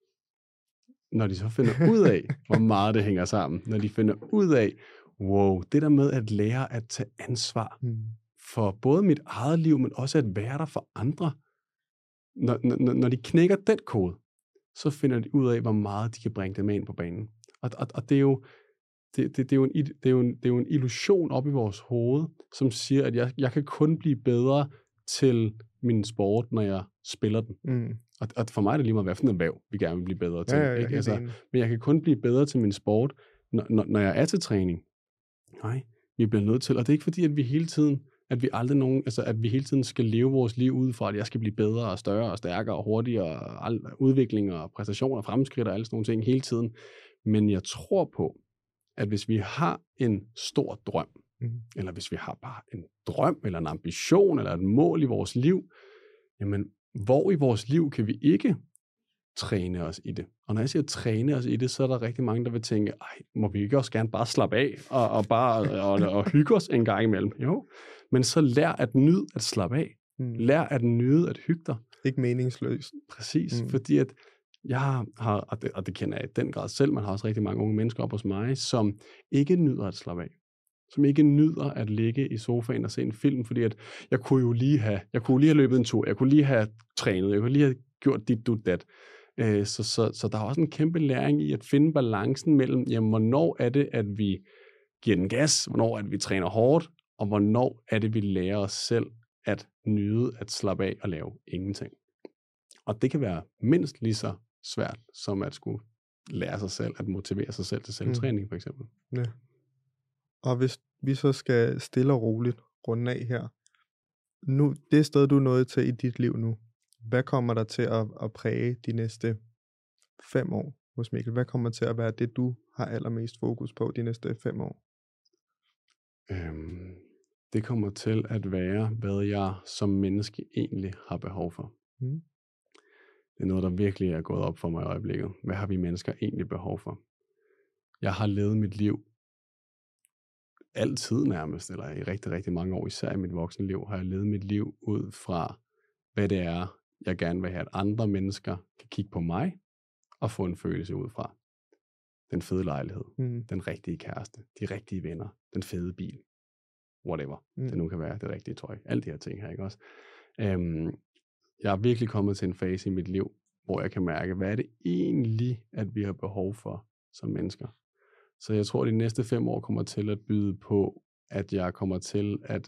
Når de så finder ud af, hvor meget det hænger sammen, når de finder ud af, wow, det der med at lære at tage ansvar for både mit eget liv, men også at være der for andre, når de knækker den kode, så finder de ud af, hvor meget de kan bringe dem ind på banen. Og det er jo det er jo en illusion op i vores hoved, som siger, at jeg kan kun blive bedre til min sport, når jeg spiller den. Og for mig er det lige meget, hvad for en erhverv, vi gerne vil blive bedre til. Ikke? Altså, men jeg kan kun blive bedre til min sport, når jeg er til træning. Nej, vi bliver nødt til, og det er ikke fordi, at vi hele tiden, at vi hele tiden skal leve vores liv ud fra, at jeg skal blive bedre og større og stærkere og hurtigere, og udvikling og præstationer og fremskridt og alle sådan nogle ting hele tiden. Men jeg tror på, at hvis vi har en stor drøm, eller hvis vi har bare en drøm, eller en ambition, eller et mål i vores liv, jamen, hvor i vores liv kan vi ikke træne os i det? Og når jeg siger træne os i det, så er der rigtig mange, der vil tænke, må vi ikke også gerne bare slappe af, og bare hygge os en gang imellem? Jo, men så lær at nyde at slappe af. Lær at nyde at hygge dig. Ikke meningsløst. Præcis, fordi at jeg har, og det kender jeg i den grad selv, man har også rigtig mange unge mennesker op hos mig, som ikke nyder at slappe af. Som ikke nyder at ligge i sofaen og se en film, fordi at jeg kunne lige have løbet en tur, jeg kunne lige have trænet, jeg kunne lige have gjort dit, dat. Så der er også en kæmpe læring i at finde balancen mellem, jamen, hvornår er det, at vi giver den gas, hvornår er det, vi træner hårdt, og hvornår er det, vi lærer os selv at nyde at slappe af og lave ingenting. Og det kan være mindst lige så svært, som at skulle lære sig selv, at motivere sig selv til selvtræning, for eksempel. Ja. Og hvis vi så skal stille og roligt runde af her, nu, det sted, du er nået til i dit liv nu, hvad kommer der til at præge de næste 5 år hos Mikkel? Hvad kommer til at være det, du har allermest fokus på de næste 5 år? Det kommer til at være, hvad jeg som menneske egentlig har behov for. Det er noget, der virkelig er gået op for mig i øjeblikket. Hvad har vi mennesker egentlig behov for? Jeg har levet mit liv altid nærmest, eller i rigtig, rigtig mange år, især i mit voksne liv, har jeg levet mit liv ud fra, hvad det er, jeg gerne vil have, at andre mennesker kan kigge på mig og få en følelse ud fra. Den fede lejlighed, den rigtige kæreste, de rigtige venner, den fede bil, whatever det nu kan være, det rigtige tøj, alle de her ting her, ikke også? Jeg er virkelig kommet til en fase i mit liv, hvor jeg kan mærke, hvad er det egentlig, at vi har behov for som mennesker. Så jeg tror, at de næste 5 år kommer til at byde på, at jeg kommer til at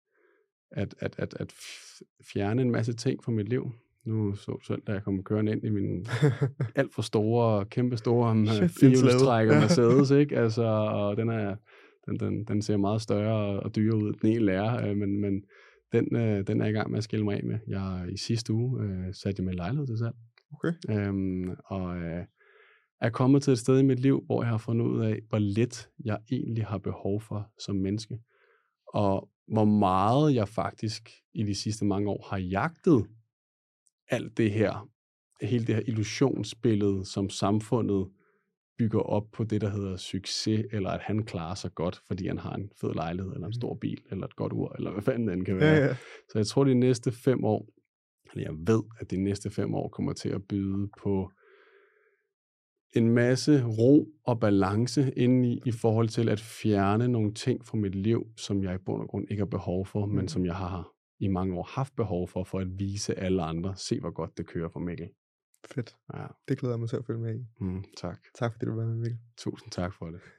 fjerne en masse ting fra mit liv. Nu så du selv, da jeg kom kørende ind i min alt for store, kæmpe store firehjulstrækker Mercedes, ikke? Altså, og den ser meget større og dyrere ud, den ene lærer, men den er i gang med at skille mig af med. Jeg i sidste uge satte jeg med lejlighed til salg. Okay. Og er kommet til et sted i mit liv, hvor jeg har fundet ud af, hvor lidt jeg egentlig har behov for som menneske. Og hvor meget jeg faktisk i de sidste mange år har jagtet alt det her, hele det her illusionsbillede, som samfundet bygger op på det, der hedder succes, eller at han klarer sig godt, fordi han har en fed lejlighed, eller en stor bil, eller et godt ur, eller hvad fanden den kan være. Ja. Så jeg tror, de næste 5 år, eller jeg ved, at de næste 5 år kommer til at byde på en masse ro og balance inde i forhold til at fjerne nogle ting fra mit liv, som jeg i bund og grund ikke har behov for, men som jeg har i mange år haft behov for at vise alle andre, se hvor godt det kører for Mikkel. Fedt. Ja. Det glæder jeg mig til at følge med i. Tak. Tak fordi du var med, Mikkel. Tusind tak for det.